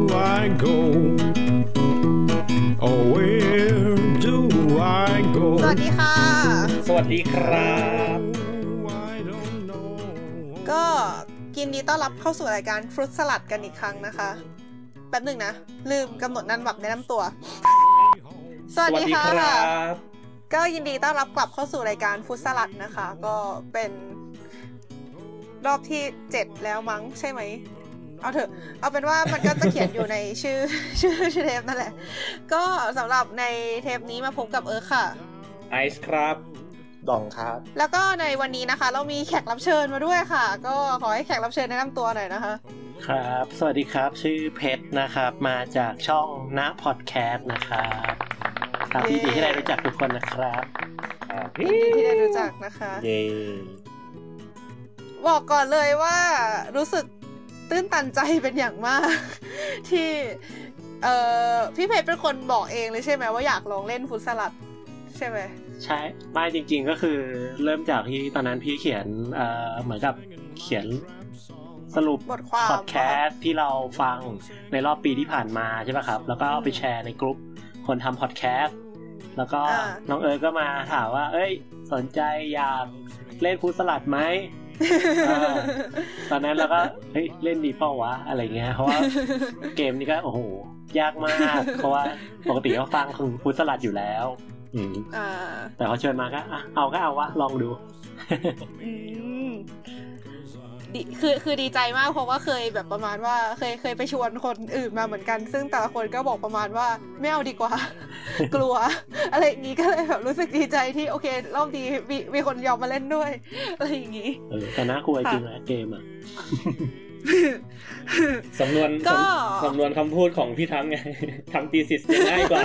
I go oh where do I go สวัสดีค่ะสวัสดีครับก็ยินดีต้อนรับเข้าสู่รายการฟรุตสลัดกันอีกครั้งนะคะแป๊บหนึ่งนะลืมกำหนดนัดแบบแนะนำตัวสวัสดีค่ะก็ยินดีต้อนรับกลับเข้าสู่รายการฟรุตสลัดนะคะก็เป็นรอบที่7แล้วมั้งใช่ไหมเอาเถอะเอาเป็นว่ามันก็จะเขียนอยู่ในชื่อเทปนั่นแหละก็สำหรับในเทปนี้มาพบกับค่ะไอซ์ครับดองครับแล้วก็ในวันนี้นะคะเรามีแขกรับเชิญมาด้วยค่ะก็ขอให้แขกรับเชิญแนะนำตัวหน่อยนะคะครับสวัสดีครับชื่อเพชรนะครับมาจากช่องณพอดแคสต์นะครับครับยินดีที่ได้รู้จักทุกคนนะครับยินดีที่ได้รู้จักนะคะเย้บอกก่อนเลยว่ารู้สึกตื้นตันใจเป็นอย่างมากที่พี่เพชรเป็นคนบอกเองเลยใช่ไหมว่าอยากลองเล่นฟุตสลัดใช่ไหมใช่ไม่จริงๆก็คือเริ่มจากที่ตอนนั้นพี่เขียนเหมือนกับเขียนสรุปบทความพอดแคสต์ที่เราฟังในรอบปีที่ผ่านมาใช่ป่ะครับแล้วก็เอาไปแชร์ในกลุ่มคนทำพอดแคสต์แล้วก็น้องก็มาถามว่าเอ้ยสนใจอยากเล่นฟุตสลัดไหมตอนนั้นเราก็เฮ้ยเล่นดีเปล่าวะอะไรเงี้ยเพราะว่าเกมนี้ก็โอ้โหยากมากเพราะว่าปกติก็ฟังคือฟุตสลัดอยู่แล้วแต่พอเชิญมาก็เอาวะลองดูคือดีใจมากเพราะว่าเคยแบบประมาณว่าเคยไปชวนคนอื่นมาเหมือนกันซึ่งแต่ละคนก็บอกประมาณว่าไม่เอาดีกว่ากลัวอะไรอย่างงี้ก็เลยแบบรู้สึกดีใจที่โอเครอบนี้มีคนยอมมาเล่นด้วยอะไรอย่างงี้แต่น่ากลัวจริงนะเกมอ่ะสำนวนคำพูดของพี่ทั้งไงทำตีสิสง่ายกว่า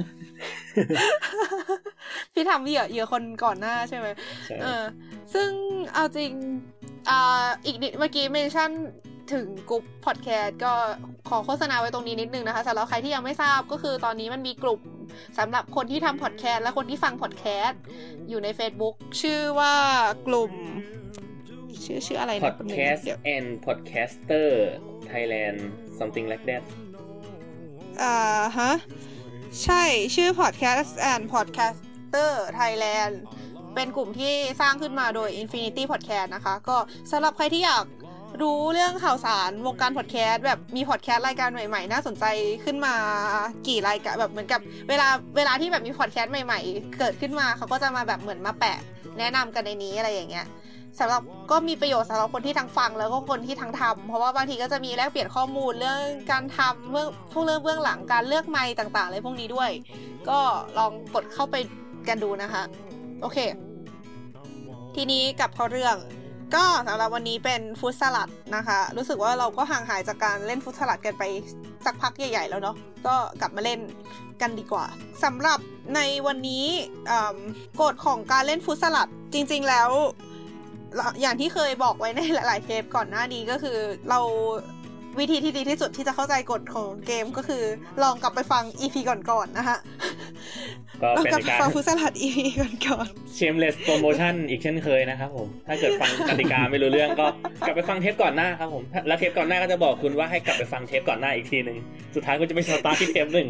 พี่ทำเยอะคนก่อนหน้าใช่ไหมซึ่งเอาจริงอีกนิดเมื่อกี้เมนชั่นถึงกลุ่มพอดแคสต์ก็ขอโฆษณาไว้ตรงนี้นิดนึงนะคะสำหรับใครที่ยังไม่ทราบก็คือตอนนี้มันมีกลุ่มสำหรับคนที่ทำพอดแคสต์และคนที่ฟังพอดแคสต์อยู่ใน Facebook ชื่อว่ากลุ่มชื่ออะไรนะ Podcast and Podcaster Thailand something like that ฮะใช่ชื่อ Podcast and Podcaster Thailand เป็นกลุ่มที่สร้างขึ้นมาโดย Infinity Podcast นะคะก็สำหรับใครที่อยากรู้เรื่องข่าวสารวงการพอดแคสต์แบบมีพอดแคสต์รายการใหม่ๆน่าสนใจขึ้นมากี่รายการแบบเหมือนกับเวลาที่แบบมีพอดแคสต์ใหม่ๆเกิดขึ้นมาเขาก็จะมาแบบเหมือนมาแปะแนะนำกันในนี้อะไรอย่างเงี้ยสำหรับก็มีประโยชน์สำหรับคนที่ทั้งฟังแล้วก็คนที่ทั้งทำเพราะว่าบางทีก็จะมีแลกเปลี่ยนข้อมูลเรื่องการทำเรื่องหลังการเลือกไมค์ต่างๆอะไรพวกนี้ด้วยก็ลองกดเข้าไปกันดูนะคะโอเคทีนี้กลับเข้าเรื่องก็สำหรับวันนี้เป็นฟุตสลัดนะคะรู้สึกว่าเราก็ห่างหายจากการเล่นฟุตสลัดกันไปสักพักใหญ่ๆแล้วเนาะก็กลับมาเล่นกันดีกว่าสำหรับในวันนี้กฎของการเล่นฟุตสลัดจริงๆแล้วอย่างที่เคยบอกไว้ในหลายๆเทปก่อนหน้านี้ก็คือเราวิธีที่ดีที่สุดที่จะเข้าใจกฎของเกมก็คือลองกลับไปฟัง EP ก่อนๆนะคะก็เป็นการฟังฟุตสลัด EP ก่อนๆ Shameless Promotion อีกเช่นเคยนะครับผมถ้าเกิดฟังกติกาไม่รู้เรื่องก็กลับไปฟังเทปก่อนหน้าครับผมแล้วเทปก่อนหน้าก็จะบอกคุณว่าให้กลับไปฟังเทปก่อนหน้าอีกทีนึงสุดท้ายคุณจะไปสตาร์ทที่เทป1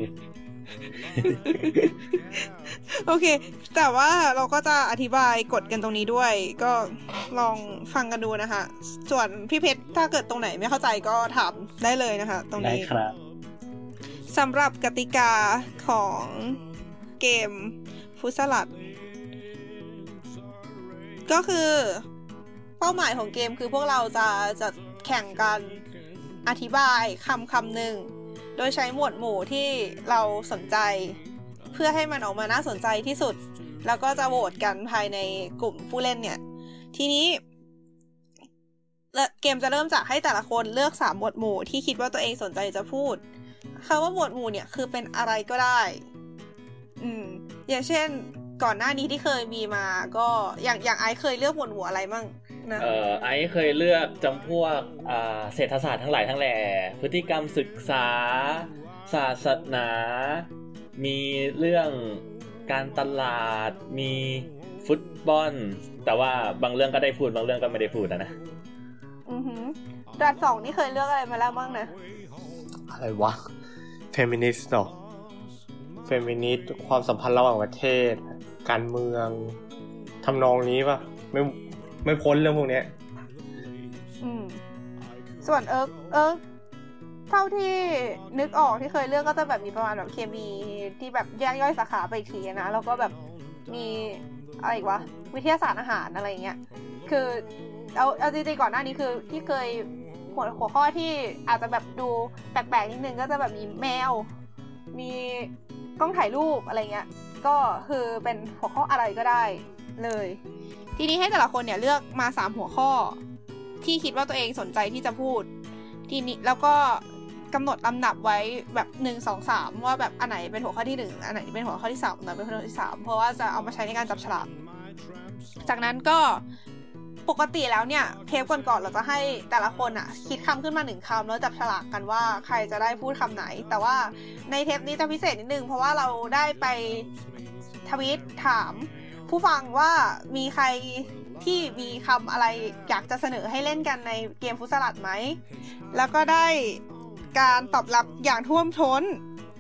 โอเคแต่ว่าเราก็จะอธิบายกฎกันตรงนี้ด้วยก็ลองฟังกันดูนะคะส่วนพี่เพชรถ้าเกิดตรงไหนไม่เข้าใจก็ถามได้เลยนะคะตรงนี้ได้ครับสำหรับกติกาของเกมฟุตสลัดก็คือเป้าหมายของเกมคือพวกเราจะแข่งกันอธิบายคำหนึ่งโดยใช้หมวดหมู่ที่เราสนใจเพื่อให้มันออกมาน่าสนใจที่สุดแล้วก็จะโหวตกันภายในกลุ่มผู้เล่นเนี่ยทีนี้เกมจะเริ่มจากให้แต่ละคนเลือก3หมวดหมู่ที่คิดว่าตัวเองสนใจจะพูดคำว่าหมวดหมู่เนี่ยคือเป็นอะไรก็ได้อย่างเช่นก่อนหน้านี้ที่เคยมีมาก็อย่างไอซ์เคยเลือกหมวดหมู่อะไรมั่งนะไอซ์เคยเลือกจำพวกเศรษฐศาสตร์ทั้งหลายทั้งแหล่พฤติกรรมศึกษาศาสนามีเรื่องการตลาดมีฟุตบอลแต่ว่าบางเรื่องก็ได้พูดบางเรื่องก็ไม่ได้พูดนะดัด2นี่เคยเลือกอะไรมาแล้วบ้างนะอะไรวะเฟมินิสต์เนาะเฟมินิสต์ความสัมพันธ์ระหว่างประเทศการเมืองทำนองนี้ป่ะไม่พ้นเรื่องพวกนี้ส่วนเอิร์กเท่าที่นึกออกที่เคยเลือกก็จะแบบมีประมาณแบบเคมีที่แบบแยกย่อยสาขาไปอีกทีนะแล้วก็แบบมีอะไรอีกวะวิทยาศาสตร์อาหารอะไรเงี้ยคือเอาจริงๆก่อนหน้านี้คือที่เคยหัวข้อที่อาจจะแบบดูแปลกๆนิดนึงก็จะแบบมีแมวมีกล้องถ่ายรูปอะไรเงี้ยก็คือเป็นหัวข้ออะไรก็ได้เลยทีนี้ให้แต่ละคนเนี่ยเลือกมา3หัวข้อที่คิดว่าตัวเองสนใจที่จะพูดทีนี้แล้วก็กำหนดลำดับไว้แบบ1 2 3ว่าแบบอันไหนเป็นหัวข้อที่1อันไหนเป็นหัวข้อที่3อันไหนเป็นหัวข้อที่3เพราะว่าจะเอามาใช้ในการจับฉลากจากนั้นก็ปกติแล้วเนี่ยเทปก่อนๆเราจะให้แต่ละคนอ่ะคิดคำขึ้นมา1คำแล้วจับฉลากกันว่าใครจะได้พูดคำไหนแต่ว่าในเทปนี้จะพิเศษนิดนึงเพราะว่าเราได้ไปทวีตถามผู้ฟังว่ามีใครที่มีคำอะไรอยากจะเสนอให้เล่นกันในเกมฟุตสลัดไหมแล้วก็ได้การตอบรับอย่างท่วมท้น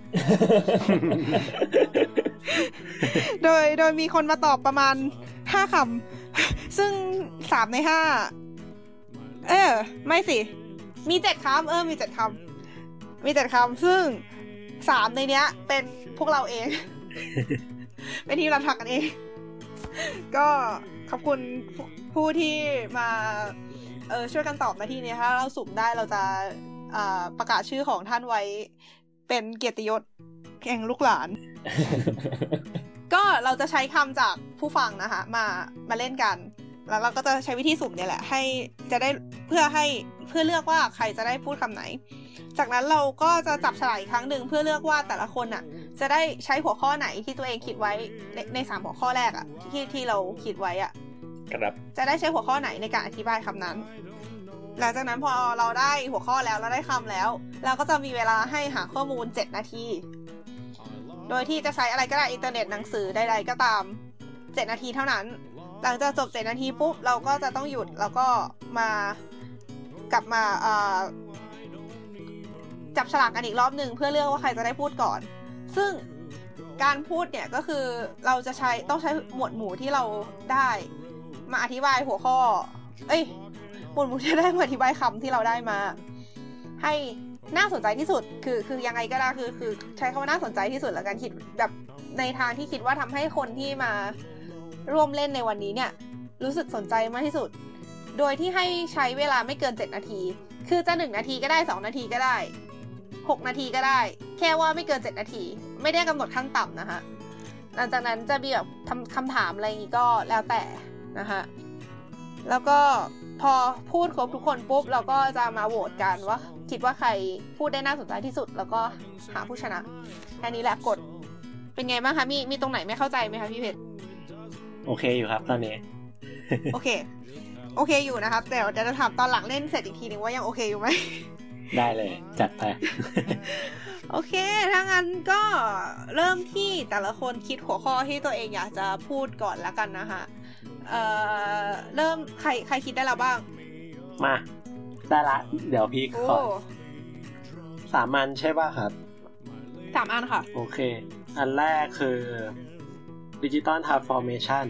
โดยมีคนมาตอบประมาณ5คำซึ่ง3ใน5ไม่สิมี7คำมี7คำมี7คำซึ่ง3ในเนี้ยเป็นพวกเราเอง เป็นทีมเราทักกันเองก็ขอบคุณผู้ที่มาช่วยกันตอบมาที่นี้ถ้าเราสุ่มได้เราจะประกาศชื่อของท่านไว้เป็นเกียรติยศแห่งลูกหลาน ก็เราจะใช้คำจากผู้ฟังนะคะมาเล่นกันแล้วเราก็จะใช้วิธีสุ่มเนี่ยแหละให้จะได้เพื่อเลือกว่าใครจะได้พูดคำไหนจากนั้นเราก็จะจับฉลากอีกครั้งหนึ่งเพื่อเลือกว่าแต่ละคนน่ะจะได้ใช้หัวข้อไหนที่ตัวเองคิดไว้ใน3หัวข้อแรกอ่ะที่เราคิดไว้อ่ะครับจะได้ใช้หัวข้อไหนในการอธิบายคำนั้นหลังจากนั้นพอเราได้หัวข้อแล้วเราได้คำแล้วเราก็จะมีเวลาให้หาข้อมูล7นาทีโดยที่จะใช้อะไรก็ได้อินเทอร์เน็ตหนังสือใดๆก็ตาม7นาทีเท่านั้นหลังจากจบ7นาทีปุ๊บเราก็จะต้องหยุดแล้วก็กลับมาจับฉลากกันอีกรอบนึงเพื่อเลือกว่าใครจะได้พูดก่อนซึ่งการพูดเนี่ยก็คือเราจะต้องใช้หมวดหมู่ที่เราได้มาอธิบายหัวข้อหมวดหมู่ที่ได้มาอธิบายคำที่เราได้มาให้น่าสนใจที่สุดคือยังไงก็ได้คือใช้คำว่าน่าสนใจที่สุดแล้วกันคิดแบบในทางที่คิดว่าทำให้คนที่มาร่วมเล่นในวันนี้เนี่ยรู้สึกสนใจมากที่สุดโดยที่ให้ใช้เวลาไม่เกิน7นาทีคือจะ1นาทีก็ได้2นาทีก็ได้6นาทีก็ได้แค่ว่าไม่เกิน7นาทีไม่ได้กำหนดขั้นต่ำนะคะหลังจากนั้นจะมีแบบคำถามอะไรอย่างนี้ก็แล้วแต่นะคะแล้วก็พอพูดครบทุกคนปุ๊บเราก็จะมาโหวตกันว่าคิดว่าใครพูดได้น่าสนใจที่สุดแล้วก็หาผู้ชนะแค่นี้แหละกดเป็นไงบ้างคะมีตรงไหนไม่เข้าใจไหมคะพี่เพชรโอเคอยู่ครับตอนนี้โอเคอยู่นะครับแต่เดี๋ยวจะถามตอนหลังเล่นเสร็จอีกทีนึงว่ายังโอเคอยู่ไหมได้เลยจัดไปโอเคถ้างั้นก็เริ่มที่แต่ละคนคิดหัวข้อที่ตัวเองอยากจะพูดก่อนแล้วกันนะคะเริ่มใครคิดได้แล้วบ้างมาได้ละเดี๋ยวพี่ขอ3อันใช่ป่ะครับ 3อันค่ะโอเคอันแรกคือ Digital Transformation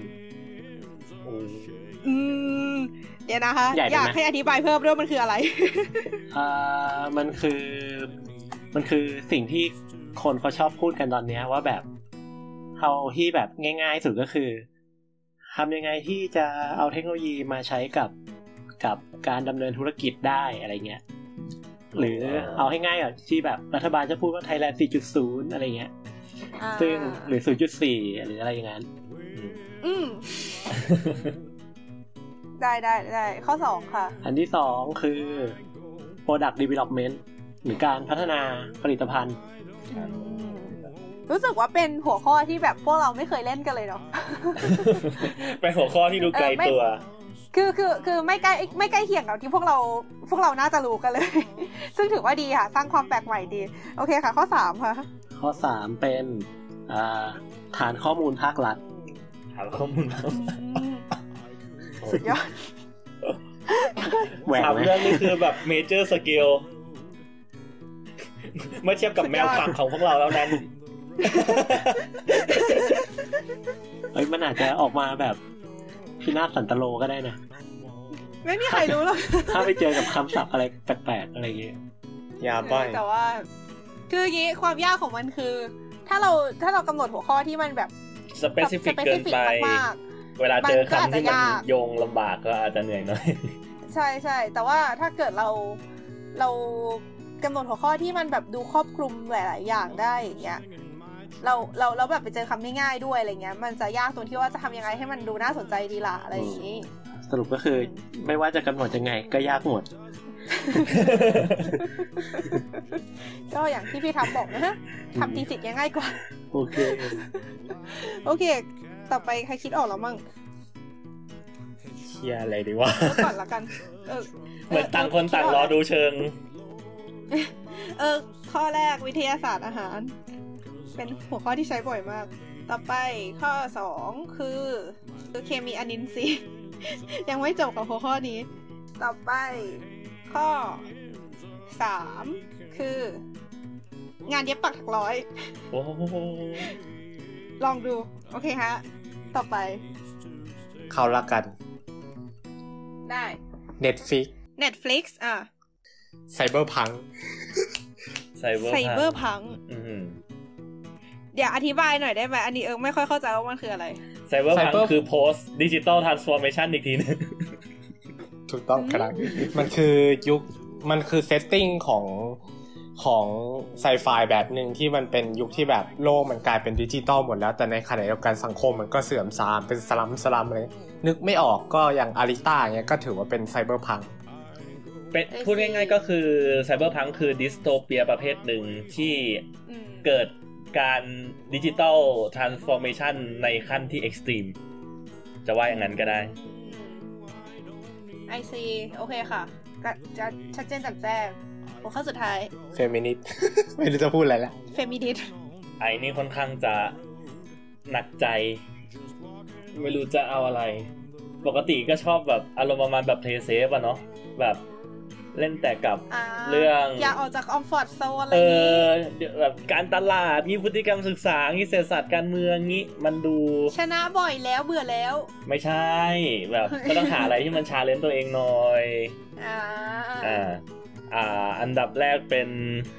เดี๋ยวนะคะอยากให้อธิบายเพิ่มด้วยมันคืออะไรมันคือสิ่งที่คนเขาชอบพูดกันตอนนี้ว่าแบบเอาที่แบบง่ายๆสุดก็คือทำยังไงที่จะเอาเทคโนโลยีมาใช้กับการดำเนินธุรกิจได้อะไรเงี้ยหรือเอาให้ง่ายอ่ะที่แบบรัฐบาลจะพูดว่า Thailand 4.0 อะไรเงี้ยซึ่งหรือ 0.4 หรืออะไรอย่างนั้นได้ข้อ2ค่ะอันที่2คือ Product Development หรือการพัฒนาผลิตภัณฑ์รู้สึกว่าเป็นหัวข้อที่แบบพวกเราไม่เคยเล่นกันเลยเนาะเป็นหัวข้อที่ดูไกลตัวคือไม่ใกล้เคียงกับที่พวกเราน่าจะรู้กันเลย ซึ่งถือว่าดีค่ะสร้างความแปลกใหม่ดีโอเคค่ะข้อ3ค่ะข้อ3เป็นฐานข้อมูลภาครัฐข้อมูลสุดยอด 3เรื่องนี้คือแบบ major scale เมื่อเทียบกับแมวปักของพวกเราแล้วนั้นมันอาจจะออกมาแบบพินาศสันตโลก็ได้นะไม่มีใครรู้หรอกถ้าไปเจอกับคำศัพท์อะไรแปลกๆอะไรอย่างเงี้ยยาใบแต่ว่าคืออย่างงี้ความยากของมันคือถ้าเรากำหนดหัวข้อที่มันแบบสเปซิฟิกเกินไปเวลาเจอคำที่มันโยงลำบากก็อาจจะเหนื่อยหน่อยใช่ๆแต่ว่าถ้าเกิดเรากำหนดหัวข้อที่มันแบบดูครอบคลุมหลายๆอย่างได้อย่างเงี้ยเราแบบไปเจอคำง่ายๆด้วยอะไรเงี้ยมันจะยากตรงที่ว่าจะทำยังไงให้มันดูน่าสนใจดีล่ะอะไรอย่างงี้สรุปก็คือไม่ว่าจะกำหนดยังไงก็ยากหมดก็อย่างที่พี่ทำบอกนะฮะทำทีสิทธิ์ง่ายกว่าโอเคต่อไปใครคิดออกแล้วมั่งเชียร์อะไรดีวะก่อนละกันเหมือนต่างคนต่างรอดูเชิงข้อแรกวิทยาศาสตร์อาหารเป็นหัวข้อที่ใช้บ่อยมากต่อไปข้อ2คือเคมีอนินทรีย์ยังไม่จบกับหัวข้อนี้ต่อไปข้อ3คืองานเย็บปักถักร้อยโอ้ลองดูโอเคฮะต่อไปเขาละกันได้ Netflix Cyberpunk เดี๋ยวอธิบายหน่อยได้ไหมอันนี้ไม่ค่อยเข้าใจว่ามันคืออะไร Cyberpunk คือ post digital transformation อีกทีนึงถูกต้องครับมันคือยุคมันคือเซตติ้งของไซไฟแบบนึงที่มันเป็นยุคที่แบบโลกมันกลายเป็นดิจิตอลหมดแล้วแต่ในขณะเดียวกันสังคมมันก็เสื่อมทรามเป็นสลัมเลยนึกไม่ออกก็อย่างอาริต้าเงี้ยก็ถือว่าเป็นไซเบอร์พังเป็นพูดง่ายๆก็คือไซเบอร์พังคือดิสโทเปียประเภทหนึ่งที่เกิดการดิจิตอลทรานส์ฟอร์เมชันในขั้นที่เอ็กซ์ตรีมจะว่าอย่างนั้นก็ได้ไอซีโอเคค่ะก็จะชัดเจนแจ่มแจ้งหัวข้อสุดท้ายเฟมินิสต์ไม่รู้จะพูดอะไรแล้วเฟมินิสต์ไอ้นี่ค่อนข้างจะหนักใจไม่รู้จะเอาอะไรปกติก็ชอบแบบอารมณ์ประมาณแบบเพลย์เซฟอะเนาะแบบเล่นแต่กับเรื่องอย่าออกจากคอมฟอร์ตโซนอะไรนี้แบบการตลาดมีพฤติกรรมศึกษางี้เศรษฐศาสตร์การเมืองงี้มันดูชนะบ่อยแล้วเบื่อแล้วไม่ใช่แบบก็ต้องหาอะไรที่มันชาเลนจ์ตัวเองหน่อยอันดับแรกเป็น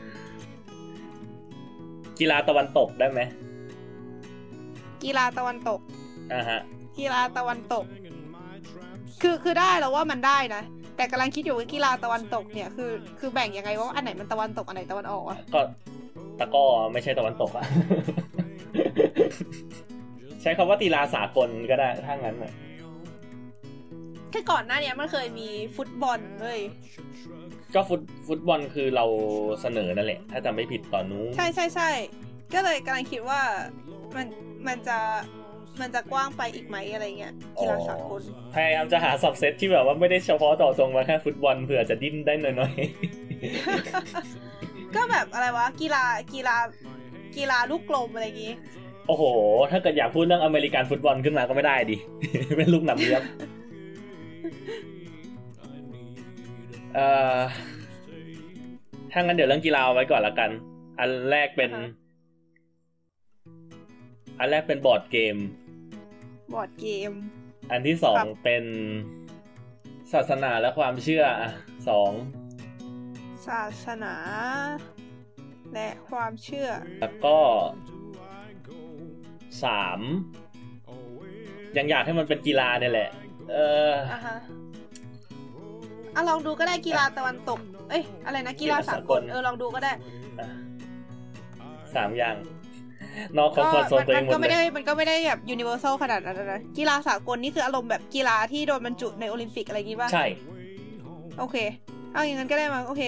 กีฬาตะวันตกได้ไหมกีฬาตะวันตกฮะกีฬาตะวันตกคือได้แล้วว่ามันได้นะแต่กำลังคิดอยู่ว่ากีฬาตะวันตกเนี่ยคือแบ่งยังไงว่าอันไหนมันตะวันตกอันไหนตะวันออกอ่ะก็ตะก้อไม่ใช่ตะวันตกอ่ะ ใช้คำว่ากีฬาสากลก็ได้ถ้างั้นอ่ะแค่ก่อนหน้านี้มันเคยมีฟุตบอลเลยก็ฟุตบอลคือเราเสนอนั่นแหละถ้าจำไม่ผิดตอนนู้นใช่ก็เลยกำลังคิดว่ามันจะกว้างไปอีกไหมอะไรเงี้ยกีฬาสากลพยายามจะหาซับเซตที่แบบว่าไม่ได้เฉพาะต่อตรงมาแค่ฟุตบอลเผื่อจะดิ้นได้หน่อยๆ ก็แบบอะไรวะกีฬาลูกกลมอะไรอย่างงี้โอ้โหถ้าเกิดอยากพูดเรื่องอเมริกันฟุตบอลขึ้นมาก็ไม่ได้ดิ เป็นลูกหนำเลี้ยบถ้างั้นเดี๋ยวเรื่องกีฬาเอาไว้ก่อนละกันอันแรกเป็นบอร์ดเกมอันที่2เป็นศาสนาและความเชื่อ 2ศาสนาและความเชื่อแล้วก็3ยังอยากให้มันเป็นกีฬาเนี่ยแหละลองดูก็ได้กีฬาตะวันตกอะไรนะกีฬาสากลลองดูก็ได้ 3อย่างนอกคอมฟอร์ตโซนตัวเองหมดเลยมันก็ไม่ได้แบบยูนิเวอร์แซลขนาดนั้นนะกีฬาสากลนี่คืออารมณ์แบบกีฬาที่โดนบรรจุในโอลิมปิกอะไรอย่างงี้ป่ะใช่โอเคเอาอย่างนั้นก็ได้มั้งโอเค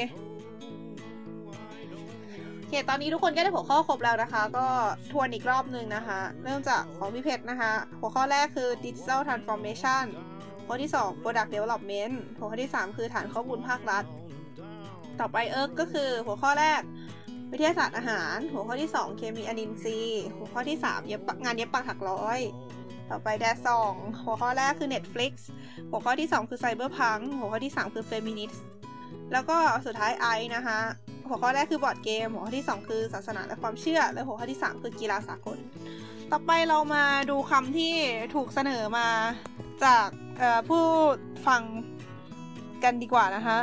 ตอนนี้ทุกคนก็ได้หัวข้อครบแล้วนะคะก็ทวนอีกรอบนึงนะคะเริ่มจากของพี่เพชรนะคะหัวข้อแรกคือ Digital Transformation หัวข้อที่2 Product Development หัวข้อที่3คือฐานข้อมูลภาครัฐต่อไปก็คือหัวข้อแรกวิทยาศาสตร์อาหารหัวข้อที่2เคมีอนินทรีย์หัวข้อที่3งานเย็บปักถักร้อยต่อไป-2หัวข้อแรกคือ Netflix หัวข้อที่2คือ Cyberpunk หัวข้อที่3คือ Feminist แล้วก็สุดท้ายนะคะหัวข้อแรกคือบอร์ดเกมหัวข้อที่2คือศาสนาและความเชื่อและหัวข้อที่3คือกีฬาสากลต่อไปเรามาดูคำที่ถูกเสนอมาจากผู้ฟังกันดีกว่านะคะ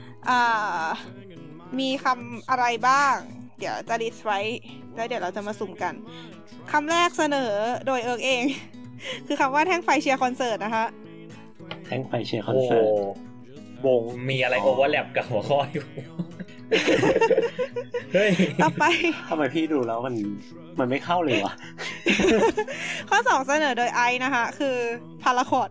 มีคำอะไรบ้างเดี๋ยวจะลิสต์ไว้แล้วเดี๋ยวเราจะมาสุ่มกันคำแรกเสนอโดยเอิร์กเอง คือคำว่าแท่งไฟเชียร์คอนเสิร์ตนะคะแท่งไฟเชียร์คอนเสิร์ตวงมีอะไรโอเวอร์แลปกับหัวข้ออยู่ เฮ้ยต่อไปทำไมพี่ดูแล้วมันไม่เข้าเลยวะข้อ2เสนอโดยไอนะคะคือพาราคอร์ด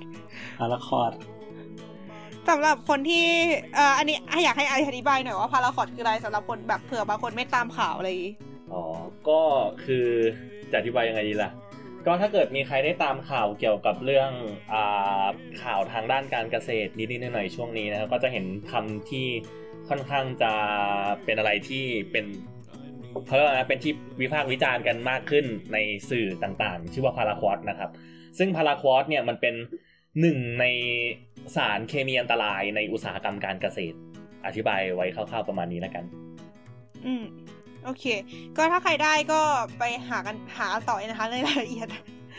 สำหรับคนที่อันนี้อยากให้ไออธิบายหน่อยว่าพาราคอร์ดคืออะไรสำหรับคนแบบเผื่อบางคนไม่ตามข่าวอะไรอย่างงี้อ๋อก็คือจะอธิบายยังไงดีล่ะก็ถ้าเกิดมีใครได้ตามข่าวเกี่ยวกับเรื่องข่าวทางด้านการเกษตรนิดๆหน่อยๆช่วงนี้นะครับก็จะเห็นคำที่ค่อนข้างจะเป็นอะไรที่เป็นเพราะว่าเป็นที่วิพากษ์วิจารณ์กันมากขึ้นในสื่อต่างๆชื่อว่าพาราควอสนะครับซึ่งพาราควอสเนี่ยมันเป็นหนึ่งในสารเคมีอันตรายในอุตสาหกรรมการเกษตรอธิบายไว้คร่าวๆประมาณนี้แล้วกันโอเคก็ถ้าใครได้ก็ไปหาต่อนะคะในรายละเอียด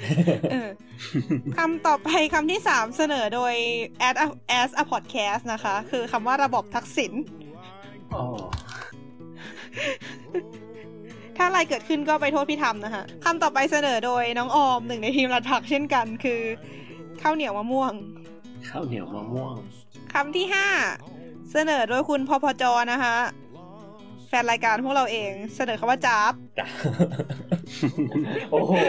คำต่อไปคำที่3เสนอโดย as a podcast นะคะคือคำว่าระบบทักษิณถ้าอะไรเกิดขึ้นก็ไปโทษพี่ธรรมนะคะคำต่อไปเสนอโดยน้องออมหนึ่งในทีมรัฐผักเช่นกันคือข้าวเหนียวมะม่วงคำที่5เสนอโดยคุณพพจนะคะแฟนรายการพวกเราเองเสนอคำว่าจ๊าบโอ้โห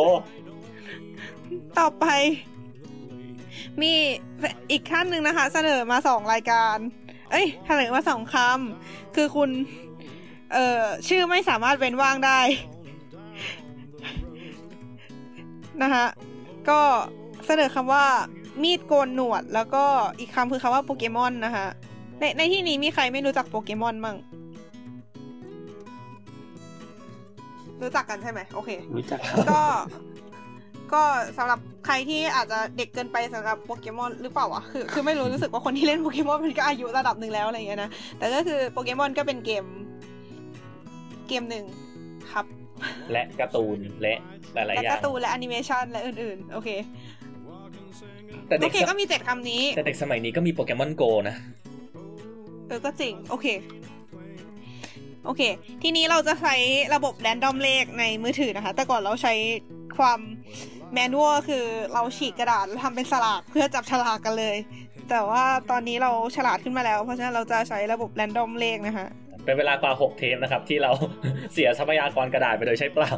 ต่อไปมีอีกท่านหนึ่งนะคะเสนอมา2รายการเสนอมา2คำคือคุณชื่อไม่สามารถเว้นว่างได้นะคะก็เสนอคำว่ามีดโกนหนวดแล้วก็อีกคำคือคำว่าโปเกมอนนะคะในที่นี้มีใครไม่รู้จักโปเกมอนมั่งรู้จักกันใช่ไหมโอเครู้จักก็สำหรับใครที่อาจจะเด็กเกินไปสำหรับโปเกมอนหรือเปล่าวะคือไม่รู้สึกว่าคนที่เล่นโปเกมอนมันก็อายุระดับหนึ่งแล้วอะไรอย่างเงี้ยนะแต่ก็คือโปเกมอนก็เป็นเกมหนึ่งครับและการ์ตูนและหลายๆอย่างและการ์ตูนและแอนิเมชันและอื่นๆโอเคแต่เด็กก็มี7คำนี้แต่เด็กสมัยนี้ก็มีโปเกมอนโกนะก็จริงโอเคทีนี้เราจะใช้ระบบแรนดอมเลขในมือถือนะคะแต่ก่อนเราใช้ความแมนนวลคือเราฉีกกระดาษแล้วทำเป็นสลากเพื่อจับฉลากกันเลยแต่ว่าตอนนี้เราฉลาดขึ้นมาแล้วเพราะฉะนั้นเราจะใช้ระบบแรนดอมเลขนะคะเป็นเวลากว่า6เทปนะครับที่เราเสียทรัพยากรกระดาษไปโดยใช้เปล่า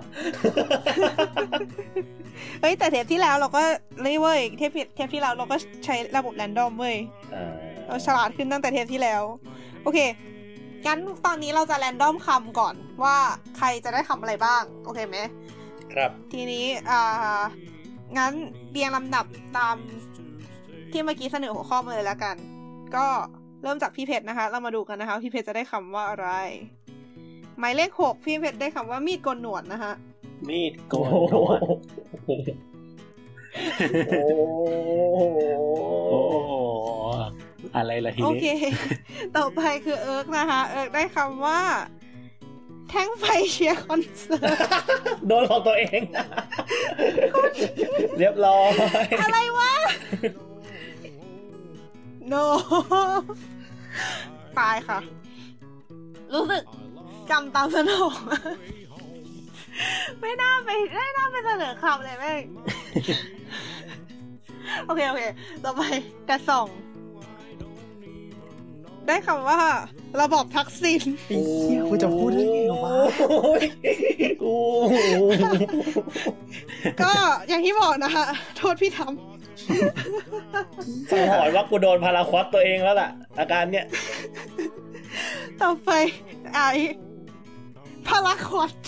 แต่เทปที่แล้วเราก็เว้ยเทปที่แล้วเราก็ใช้ระบบแรนดอมเว้ยเราฉลาดขึ้นตั้งแต่เทปที่แล้วโอเคงั้นตอนนี้เราจะแรนดอมคำก่อนว่าใครจะได้คำอะไรบ้างโอเคไหมครับทีนี้งั้นเรียงลำดับตามที่เมื่อกี้เสนอหัวข้อมาเลยแล้วกันก็เริ่มจากพี่เพชรนะคะเรามาดูกันนะคะพี่เพชรจะได้คำว่าอะไรหมายเลข6พี่เพชรได้คำว่ามีดโกนหนวดนะคะมีดโกนหนวดอะไรล่ะทีนี้โอเคต่อไปคือเอิร์กนะคะเอิร์กได้คำว่าแท่งไฟเชียร์คอนเสิร์ตโดนของตัวเองเรียบร้อยอะไรวะ no ตายค่ะรู้สึกจำตามสนองไม่น่าไปเสนอคำเลยแม่งโอเคต่อไปแต่ส่องได้คำว่าระบบทักษิณกูจะพูดเรื่องไงวะก็อย่างที่บอกนะคะโทษพี่ทำสังหรณ์ว่ากูโดนพาราควอสตัวเองแล้วล่ะอาการเนี้ยต่อไปพาราควอส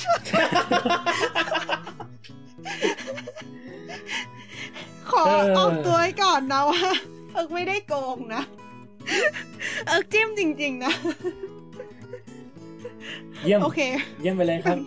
ขอออกตัวก่อนนะว่าไม่ได้โกงนะจิ้มจริงๆนะเยี่ยมโอเคเยี่ยมไปเลยครับ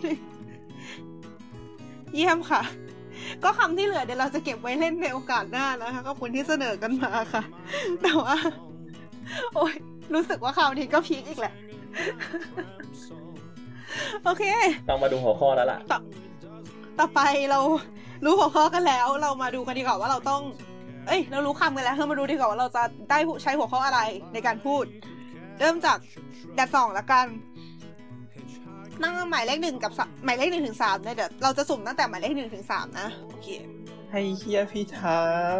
เยี่ยมค่ะก็คำที่เหลือเดี๋ยวเราจะเก็บไว้เล่นในโอกาสหน้านะคะขอบคุณที่เสนอกันมาค่ะแต่ว่าโอ๊ยรู้สึกว่าคราวนี้ก็พีคอีกแหละโอเคต้องมาดูหัวข้อแล้วล่ะต่อไปเรารู้หัวข้อกันแล้วเรามาดูกันดีกว่าว่าเราต้องเรารู้คำกันแล้วเรามาดูดีกว่าว่าเราจะได้ใช้หัวข้ออะไรในการพูดเริ่มจากดัดสองละกันตั้งหมายเลข1กับหมายเลข1ถึง3เนี่ยเดี๋ยวเราจะสุ่มตั้งแต่หมายเลข1ถึง3นะโอเคให้เฮียพี่ถาม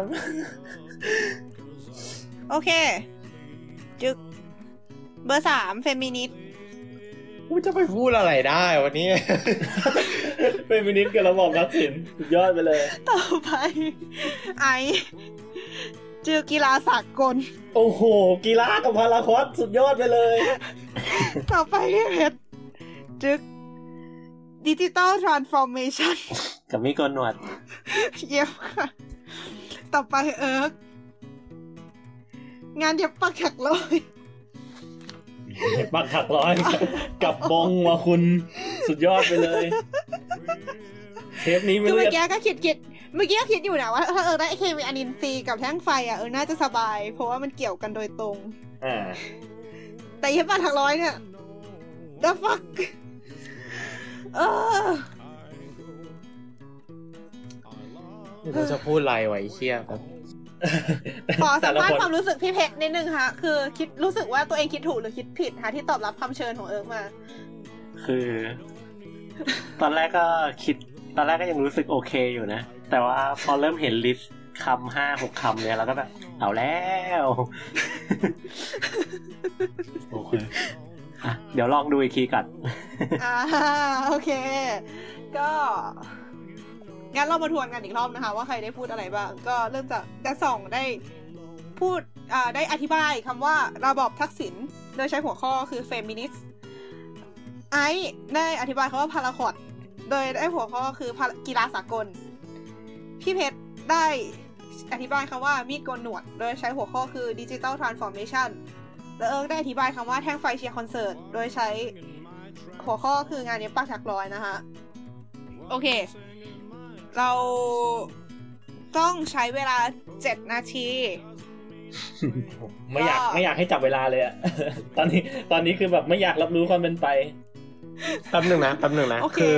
โอเคจึกเบอร์3เฟมินิสต์กูจะไปพูดอะไรได้วันนี้เฟมินิสต์กับระบอบทักษิณสุดยอดไปเลยต่อไปจึกกีฬาสากลโอ้โหกีฬากับพาราคอสสุดยอดไปเลยต่อไปพี่เพชรจึกดิจิตอลทรานส์ฟอร์เมชั่นกับมีโกนหนวดเยี่ยมค่ะต่อไปงานเย็บปักถักร้อยปักถักร้อยกับบงมาคุณสุดยอดไปเลยเทปนี้ไม่เมื่อกี้ก็คิดอยู่นะว่าถ้าได้เคมีอะนินซีกับแท่งไฟน่าจะสบายเพราะว่ามันเกี่ยวกันโดยตรงแต่เย็บปักถักร้อยเนี่ย the fuck เราจะพูดอะไรไว้เชี่ยครับขอสัมภาษณ์ความรู้สึกพี่เพชรนิดนึงค่ะคือคิดรู้สึกว่าตัวเองคิดถูกหรือคิดผิดฮะที่ตอบรับคำเชิญของเอิร์กมาคือตอนแรกก็ยังรู้สึกโอเคอยู่นะแต่ว่าพอเริ่มเห็นลิสต์คำ 5-6 คำเนี่ยเราก็แบบเอาแล้วโอเคเดี๋ยวลองดูอีกทีก่อนโอเคก็งั้นเรามาทวนกันอีกรอบนะคะว่าใครได้พูดอะไรบ้างก็เริ่มจากแต่2ได้พูดได้อธิบายคำว่าระบอบทักษิณโดยใช้หัวข้อคือ feminist ได้อธิบายคำว่า paraquat โดยได้หัวข้อคือกีฬาสากลพี่เพชรได้อธิบายคำว่ามีดโกนหนวดโดยใช้หัวข้อคือ digital transformation แล้วเอิร์กได้อธิบายคำว่าแท่งไฟเชียร์คอนเสิร์ตโดยใช้หัวข้อคืองานเย็บปักถักร้อยนะคะโอเคเราต้องใช้เวลา7นาทีไม่อยากให้จับเวลาเลยอะตอนนี้คือแบบไม่อยากรับรู้ความเป็นไปแป๊บนึงนะคือ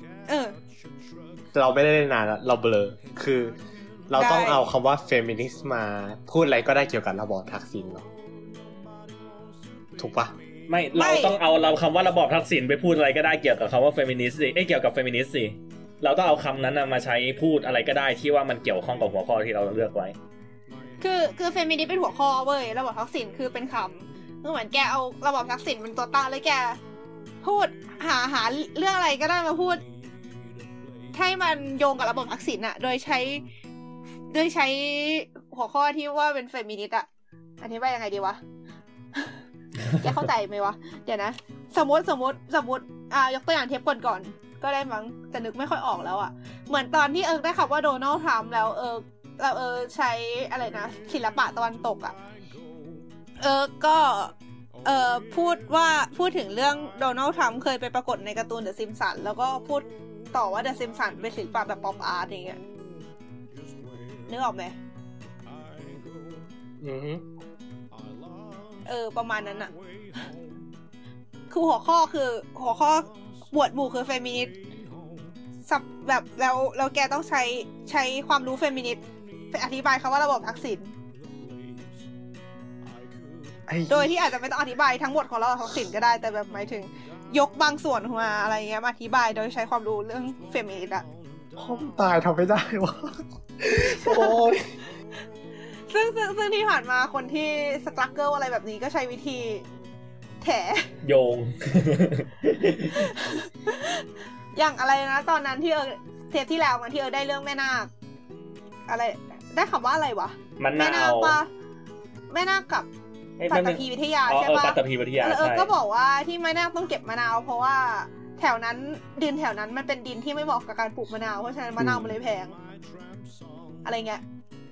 เราไม่ได้เล่นนานแล้วเราเบลอคือเราต้องเอาคำว่าเฟมินิสต์มาพูดอะไรก็ได้เกี่ยวกับระบอบทักษิณหรอถูกปะไม่เราต้องเอาคำว่าระบอบทักษิณไปพูดอะไรก็ได้เกี่ยวกับคำว่าเฟมินิสต์สิเกี่ยวกับเฟมินิสต์สิเราต้องเอาคำนั้นมาใช้พูดอะไรก็ได้ที่ว่ามันเกี่ยวข้องกับหัวข้อที่เราเลือกไว้คือเฟมินิสต์เป็นหัวข้อเว้ยระบอบทักษิณคือเป็นคำเหมือนแกเอาระบอบทักษิณเป็นตัวตั้งเลยแกพูดหาเรื่องอะไรก็ได้มาพูดให้มันโยงกับระบอบทักษิณอะโดยใช้หัวข้อที่ว่าเป็นเฟมินิสต์อะอธิบายยังไงดีวะแกเข้าใจไหมวะเดี๋ยวนะสมมติยกตัวอย่างเทปก่อนก็ได้มั้งแต่นึกไม่ค่อยออกแล้วอ่ะเหมือนตอนที่ได้คำว่าโดนัลด์ทรัมป์แล้วใช้อะไรนะศิลปะตะวันตกอ่ะก็พูดถึงเรื่องโดนัลด์ทรัมป์เคยไปปรากฏในการ์ตูนเดอะซิมสันแล้วก็พูดต่อว่าเดอะซิมสันเป็นศิลปะแบบป๊อปอาร์ตอย่างเงี้ยนึกออกไหมประมาณนั้นอ่ะคือหัวข้อบวชหมู่คือเฟมินิสต์แบบแล้วแกต้องใช้ความรู้เฟมินิสต์ไปอธิบายคำว่าระบบทักษิณโดยที่อาจจะไม่ต้องอธิบายทั้งหมดของระบบทักษิณก็ได้แต่แบบหมายถึงยกบางส่วนมาอะไรเงี้ยมาอธิบายโดยใช้ความรู้เรื่องเฟมินิสต์อะผมตายทำไม่ได้วะโอ้ยซึ่งที่ผ่านมาคนที่สตรักเกิลอะไรแบบนี้ก็ใช้วิธีแถโยงอย่างอะไรนะตอนนั้นที่เทปที่แล้วมันที่ได้เรื่องแม่นาคอะไรได้คำว่าอะไรวะแม่นาคปะแม่นาคกับปัตตภีวิทยาใช่ปะปัตตภีวิทยาใช่ก็บอกว่าที่แม่นาคต้องเก็บมะนาวเพราะว่าแถวนั้นดินแถวนั้นมันเป็นดินที่ไม่เหมาะกับการปลูกมะนาวเพราะฉะนั้นมะนาวมันเลยแพงอะไรเงี้ย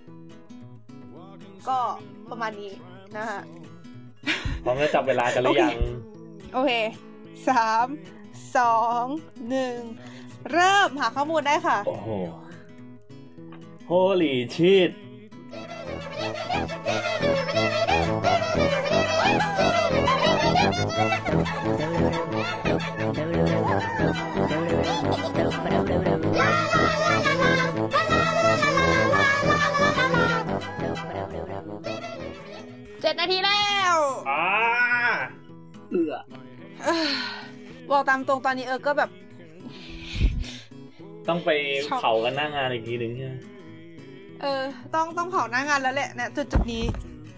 ก็ประมาณนี้นะฮะพร้อมจะจับเวลากันหรือยังโอเค3 2 1เริ่มหาข้อมูลได้ค่ะโอ้โห Holy shit 7 นาทีแล้วบอกตามตรงตอนนี้ก็แบบต้องไปเผากันหน้างานอีกทีนึงใช่ไหมต้องเผาหน้างานแล้วแหละเนี่ยจุดนี้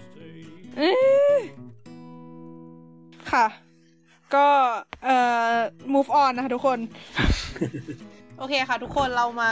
ค่ะก็move on นะคะทุกคน โอเคค่ะทุกคนเรามา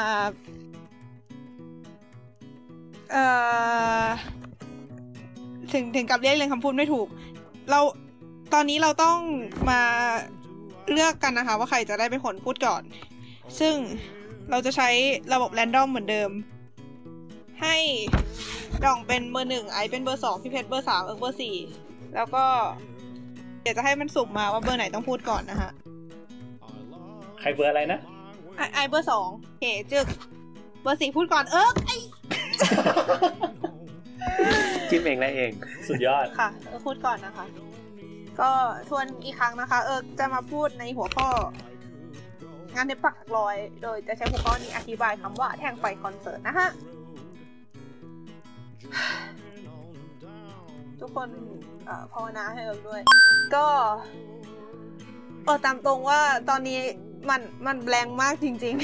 ถึงกับเรียกเรียงคำพูดไม่ถูกตอนนี้เราต้องมาเลือกกันนะคะว่าใครจะได้เป็นคนพูดก่อนซึ่งเราจะใช้ระบบแรนดอมเหมือนเดิมให้ดองเป็นเบอร์1ไอเป็นเบอร์2พี่เพชรเบอร์3เบอร์4แล้วก็เดี๋ยวจะให้มันสุ่มมาว่าเบอร์ไหนต้องพูดก่อนนะคะใครเบอร์อะไรนะไอเบอร์2จึกเบอร์4พูดก่อนไอจิ้มเองและเองสุดยอดค่ะพูดก่อนนะคะก็ทวนอีกครั้งนะคะจะมาพูดในหัวข้องานในปักลอยโดยจะใช้หัวข้อนี้อธิบายคำว่าแท่งไฟคอนเสิร์ตนะฮะทุกคนภาวนาให้ด้วยก็ตามตรงว่าตอนนี้มันแรงมากจริง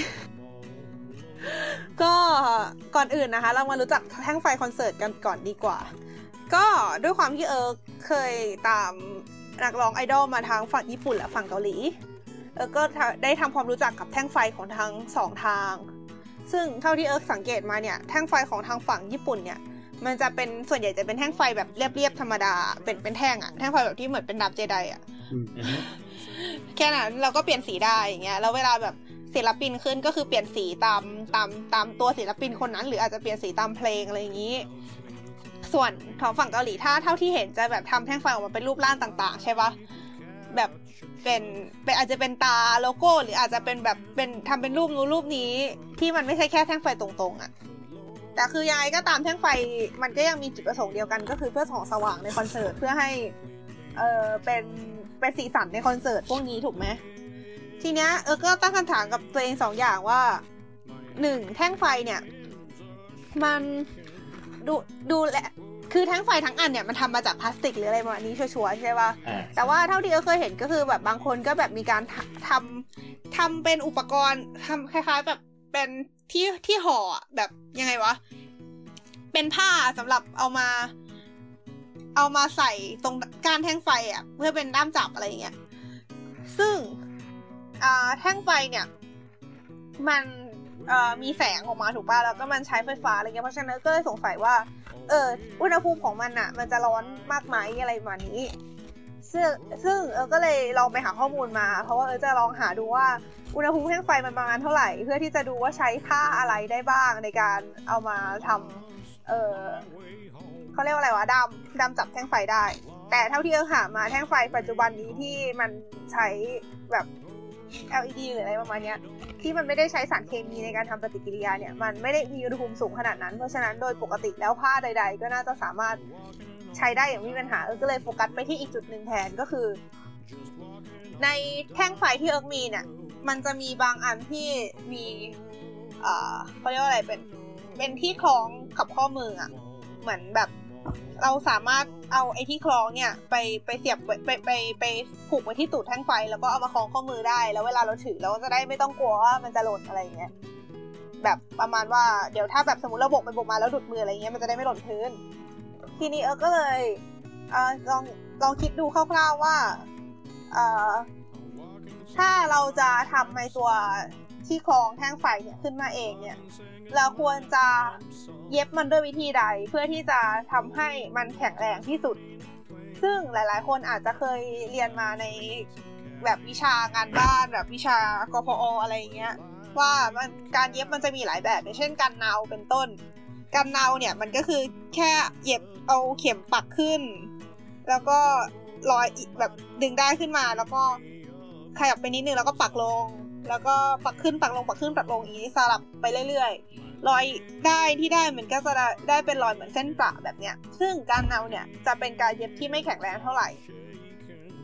ๆก็ก่อนอื่นนะคะเรามารู้จักแท่งไฟคอนเสิร์ตกันก่อนดีกว่าก็ด้วยความที่เคยตามนักร้องไอดอลมาทางฝั่งญี่ปุ่นและฝั่งเกาหลีก็ได้ทำความรู้จักกับแท่งไฟของทั้ง2ทางซึ่งเท่าที่สังเกตมาเนี่ยแท่งไฟของทางฝั่งญี่ปุ่นเนี่ยมันจะเป็นส่วนใหญ่จะเป็นแท่งไฟแบบเรียบๆธรรมดาเป็นแท่งแท่งไฟแบบที่เหมือนเป็นดาบเจไดแค่นั้นเราก็เปลี่ยนสีได้อย่างเงี้ยแล้วเวลาแบบศิลปินขึ้นก็คือเปลี่ยนสีตามตัวศิลปินคนนั้นหรืออาจจะเปลี่ยนสีตามเพลงอะไรอย่างงี้ส่วนของฝั่งเกาหลีเท่าที่เห็นจะแบบทำแท่งไฟออกมาเป็นรูปร่างต่างๆใช่ปะแบบเป็นอาจจะเป็นตาโลโก้หรืออาจจะเป็นแบบเป็นทำเป็นรูปนู้นรูปนี้ที่มันไม่ใช่แค่แท่งไฟตรงๆแต่คือยังไงก็ตามแท่งไฟมันก็ยังมีจุดประสงค์เดียวกันก็คือเพื่อส่องสว่างในคอนเสิร์ตเพื่อให้เป็นสีสันในคอนเสิร์ตพวกนี้ถูกไหมทีเนี้ยก็ตั้งคำถามกับตัวเอง2อย่างว่า1แท่งไฟเนี่ยมันดูแลคือแท่งไฟทั้งอันเนี่ยมันทำมาจากพลาสติกหรืออะไรประมาณนี้ชัวร์ๆใช่ป่ะแต่ว่าเท่าที่เคยเห็นก็คือแบบบางคนก็แบบมีการทำเป็นอุปกรณ์ทำคล้ายๆแบบเป็นที่ห่อแบบยังไงวะเป็นผ้าสำหรับเอามาใส่ตรงก้านแท่งไฟเพื่อเป็นด้ามจับอะไรอย่างเงี้ยซึ่งแท่งไฟเนี่ยมันมีแสงออกมาถูกป่ะแล้วก็มันใช้ไฟฟ้าอะไรเงี้ยเพราะฉะนั้นก็เลยสงสัยว่าอุณหภูมิของมันมันจะร้อนมากไหมอะไรประมาณนี้ซึ่งก็เลยลองไปหาข้อมูลมาเพราะว่าจะลองหาดูว่าอุณหภูมิแท่งไฟมันประมาณเท่าไหร่เพื่อที่จะดูว่าใช้ค่าอะไรได้บ้างในการเอามาทำเขาเรียกว่าอะไรวะดำจับแท่งไฟได้แต่เท่าที่หามาแท่งไฟปัจจุบันนี้ที่มันใช้แบบ LED หรืออะไรประมาณนี้ที่มันไม่ได้ใช้สารเคมีในการทำปฏิกิริยาเนี่ยมันไม่ได้มีอุณหภูมิสูงขนาดนั้นเพราะฉะนั้นโดยปกติแล้วผ้าใดๆก็น่าจะสามารถใช้ได้อย่างไม่มีปัญหาก็เลยโฟกัสไปที่อีกจุดหนึ่งแทนก็คือในแท่งไฟที่มีเนี่ยมันจะมีบางอันที่มีเขาเรียกว่าอะไรเป็นที่คล้องกับข้อมือเหมือนแบบเราสามารถเอาไอ้ที่คล้องเนี่ยไปเสียบไปผูกไว้ที่ตูดแท่งไฟแล้วก็เอามาคล้องข้อมือได้แล้วเวลาเราถือเราก็จะได้ไม่ต้องกลัวว่ามันจะหล่นอะไรอย่างเงี้ยแบบประมาณว่าเดี๋ยวถ้าแบบสมมุติเราโบกไปโบกมาแล้วดุดมืออะไรเงี้ยมันจะได้ไม่หล่นพื้นทีนี้ก็เลยลองคิดดูคร่าวๆว่าถ้าเราจะทำในตัวที่คล้องแท่งไฟเนี่ยขึ้นมาเองเนี่ยเราควรจะเย็บมันด้วยวิธีใดเพื่อที่จะทำให้มันแข็งแรงที่สุดซึ่งหลายๆคนอาจจะเคยเรียนมาในแบบวิชางานบ้านแบบวิชากพออะไรอย่างเงี้ยว่ามันการเย็บมันจะมีหลายแบบอย่างเช่นการเนาเป็นต้นการเนาเนี่ยมันก็คือแค่เย็บเอาเข็มปักขึ้นแล้วก็ร้อยแบบดึงได้ขึ้นมาแล้วก็ขยับไปนิดนึงแล้วก็ปักลงแล้วก็ปักขึ้นปักลงปักขึ้นปักลงอย่างนี้สลับไปเรื่อยๆรอยได้ที่ได้มันก็จะได้เป็นรอยเหมือนเส้นประแบบเนี้ยซึ่งการเนาเนี่ยจะเป็นการเย็บที่ไม่แข็งแรงเท่าไหร่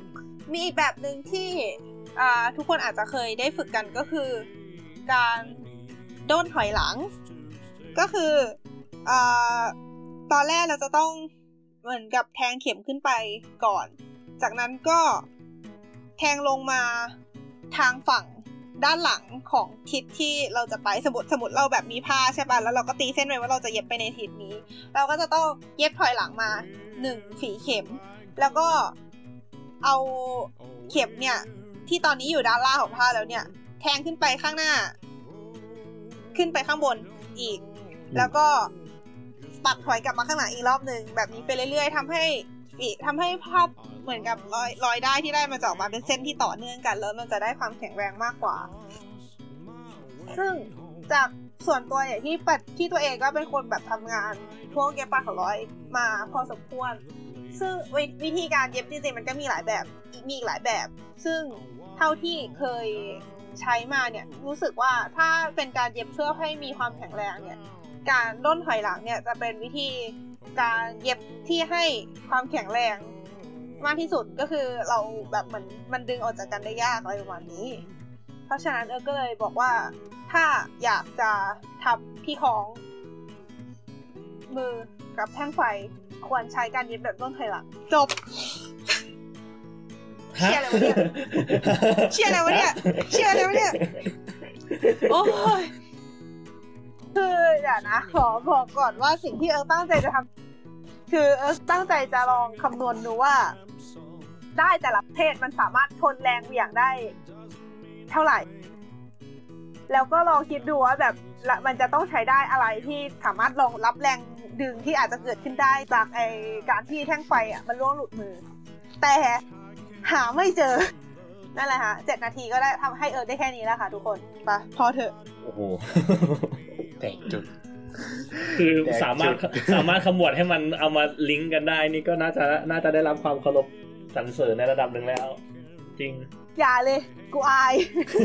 มีอีกแบบนึงที่ทุกคนอาจจะเคยได้ฝึกกันก็คือการโด้นถอยหลังก็คือตอนแรกเราจะต้องเหมือนกับแทงเข็มขึ้นไปก่อนจากนั้นก็แทงลงมาทางฝั่งด้านหลังของทิศที่เราจะไปสมมติเราแบบมีผ้าใช่ป่ะแล้วเราก็ตีเส้นไว้ว่าเราจะเย็บไปในทิศนี้เราก็จะต้องเย็บถอยหลังมา1ฝีเข็มแล้วก็เอาเข็มเนี่ยที่ตอนนี้อยู่ด้านล่างของผ้าแล้วเนี่ยแทงขึ้นไปข้างหน้าขึ้นไปข้างบนอีกแล้วก็ปักถอยกลับมาข้างหลังอีกรอบนึงแบบนี้ไปเรื่อยๆทำให้ภาพเหมือนกับรอยได้ที่ได้มาออกมาเป็นเส้นที่ต่อเนื่องกันแล้วมันจะได้ความแข็งแรงมากกว่าซึ่งจากส่วนตัวอย่างที่ตัวเองก็เป็นคนแบบทำงานพวกเย็บปักร้อยมาพอสมควรซึ่งวิธีการเย็บจริงๆมันก็มีหลายแบบมีอีกหลายแบบซึ่งเท่าที่เคยใช้มาเนี่ยรู้สึกว่าถ้าเป็นการเย็บเพื่อให้มีความแข็งแรงเนี่ยการด้นถอยหลังเนี่ยจะเป็นวิธีการเย็บที่ให้ความแข็งแรงมากที่สุดก็คือเราแบบเหมือนมันดึงออกจากกันได้ยากอะไรประมาณนี้เพราะฉะนั้นก็เลยบอกว่าถ้าอยากจะทำที่ของมือกับแท่งไฟควรใช้การเย็บแบบด้นถอยหลังจบเชื่ออะไรวะเนี่ยโอ้ยคืออย่านะขอบอกก่อนว่าสิ่งที่ตั้งใจจะทำคือตั้งใจจะลองคำนวณดูว่าได้แต่ละประเภทมันสามารถทนแรงเหวี่ยงได้เท่าไหร่แล้วก็ลองคิดดูว่าแบบมันจะต้องใช้ได้อะไรที่สามารถรองรับแรงดึงที่อาจจะเกิดขึ้นได้จากการที่แท่งไฟมันร่วงหลุดมือแต่หาไม่เจอนั่นแหละฮะ7นาทีก็ได้ทำให้ได้แค่นี้แล้วค่ะทุกคนไปพอเถอะโอ้โหแตกจุดคือสามารถขมวดให้มันเอามาลิงก์กันได้นี่ก็น่าจะได้รับความเคารพสรรเสริญในระดับหนึ่งแล้วจริงอย่าเลยกูอาย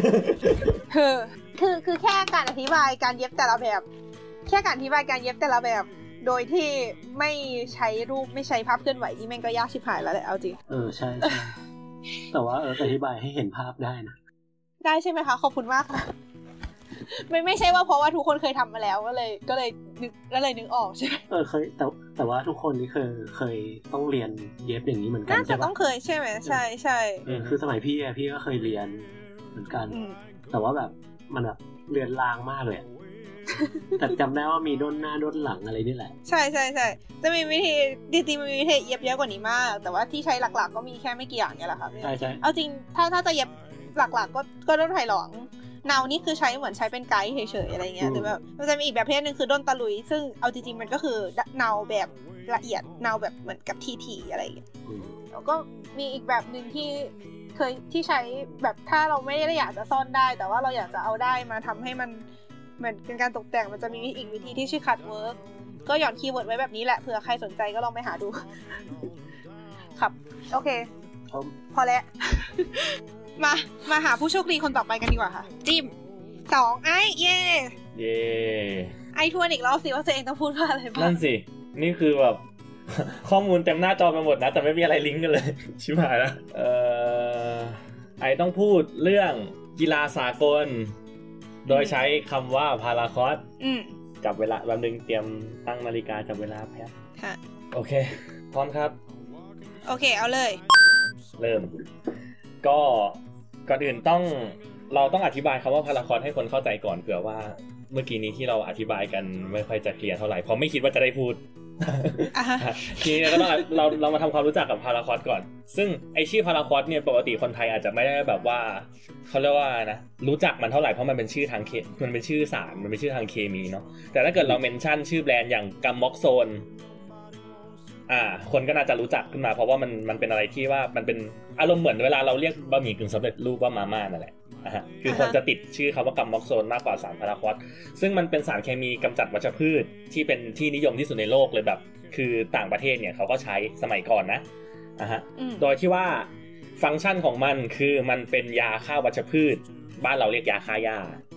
คือแค่การอธิบายการเย็บแต่ละแบบแค่การอธิบายการเย็บแต่ละแบบโดยที่ไม่ใช้รูปไม่ใช้ภาพเคลื่อนไหวนี่แม่งก็ยากชิบหายแล้วแหละเอาจริงใช่แต่ว่าอธิบายให้เห็นภาพได้นะได้ใช่ไหมคะขอบคุณมากค่ะไม่ใช่ว่าเพราะว่าทุกคนเคยทำมาแล้วก็เลยนึกออกใช่ไหมเคยแต่ว่าทุกคนนี่เคยต้องเรียนเย็บอย่างนี้เหมือนกันใช่ปะน่าจะต้องเคยใช่ไหมใช่คือสมัยพี่ก็เคยเรียนเหมือนกันแต่ว่าแบบมันแบบเรียนลางมากเลยแต่จำได้ว่ามีด้นหน้าด้นหลังอะไรนี่แหละใช่จะมีวิธีจริงๆมันมีวิธีเย็บเยอะกว่านี้มากแต่ว่าที่ใช้หลักๆก็มีแค่ไม่กี่อย่างเนี่ยแหละค่ะใช่เอาจริงถ้าจะเย็บหลักๆก็ด้นถอยหลังเนานี่คือใช้เหมือนใช้เป็นไกด์เฉยๆอะไรเงี้ยหรือแบบมันจะมีอีกแบบนึงคือด้นตะลุยซึ่งเอาจริงๆมันก็คือเนาแบบละเอียดเนาแบบเหมือนกับทีๆอะไรอย่างเงี้ยแล้วก็มีอีกแบบนึงที่ใช้แบบถ้าเราไม่ได้อยากจะซ่อนได้แต่ว่าเราอยากจะเอาได้มาทำให้มันเหมือนเป็นการตกแต่งมันจะมีอีกวิธีที่ชื่อคัทเวิร์กก็หย่อนคีย์เวิร์ดไว้แบบนี้แหละเผื่อใครสนใจก็ลองไปหาดูครับโอเคพอแล้วมาหาผู้โชคดีคนต่อไปกันดีกว่าค่ะจิ้ม2ไอ้เย่ไอ้ทวนอีกรอบสิว่าตัวเองต้องพูดว่าอะไรบ้างนั่นสินี่คือแบบข้อมูลเต็มหน้าจอไปหมดนะแต่ไม่มีอะไรลิงก์กันเลยชิบหายแล้วไอ้ต้องพูดเรื่องกีฬาสากลโดยใช้คำว่าพาราคอสจับเวลาแบบนึงเตรียมตั้งนาฬิกาจับเวลาแป๊บค่ะโอเคพร้อมครับโอเคเอาเลยเริ่มก็ก่อนอื่นเราต้องอธิบายคำว่าพาราคอสให้คนเข้าใจก่อนเผื่อว่าเมื่อกี้นี้ที่เราอธิบายกันไม่ค่อยจะเคลียร์เท่าไหร่เพราะไม่คิดว่าจะได้พูดทีนี้เรามาทำความรู้จักกับพาราคอสก่อนซึ่งไอชื่อพาราคอสเนี่ยปกติคนไทยอาจจะไม่ได้แบบว่าเขาเรียกว่านะรู้จักมันเท่าไหร่เพราะมันเป็นชื่อทางมันเป็นชื่อสารมันเป็นชื่อทางเคมีเนาะแต่ถ้าเกิดเราเมนชั่นชื่อแบรนด์อย่างกัมม็อกโซนคนก็น่าจะรู้จักขึ้นมาเพราะว่ามันเป็นอะไรที่ว่ามันเป็นอารมณ์เหมือนเวลาเราเรียกบะหมี่กึ่งสำเร็จรูปว่ามาม่านั่นแหละคือคนจะติดชื่อคำว่ากัมม็อกโซนมากกว่าสารพาราคอสซึ่งมันเป็นสารเคมีกำจัดวัชพืชที่เป็นที่นิยมที่สุดในโลกเลยแบบคือต่างประเทศเนี่ยเขาก็ใช้สมัยก่อนนะโดยที่ว่าฟังก์ชันของมันคือมันเป็นยาฆ่าวัชพืชบ้านเราเรียกยาฆ่าหญ้า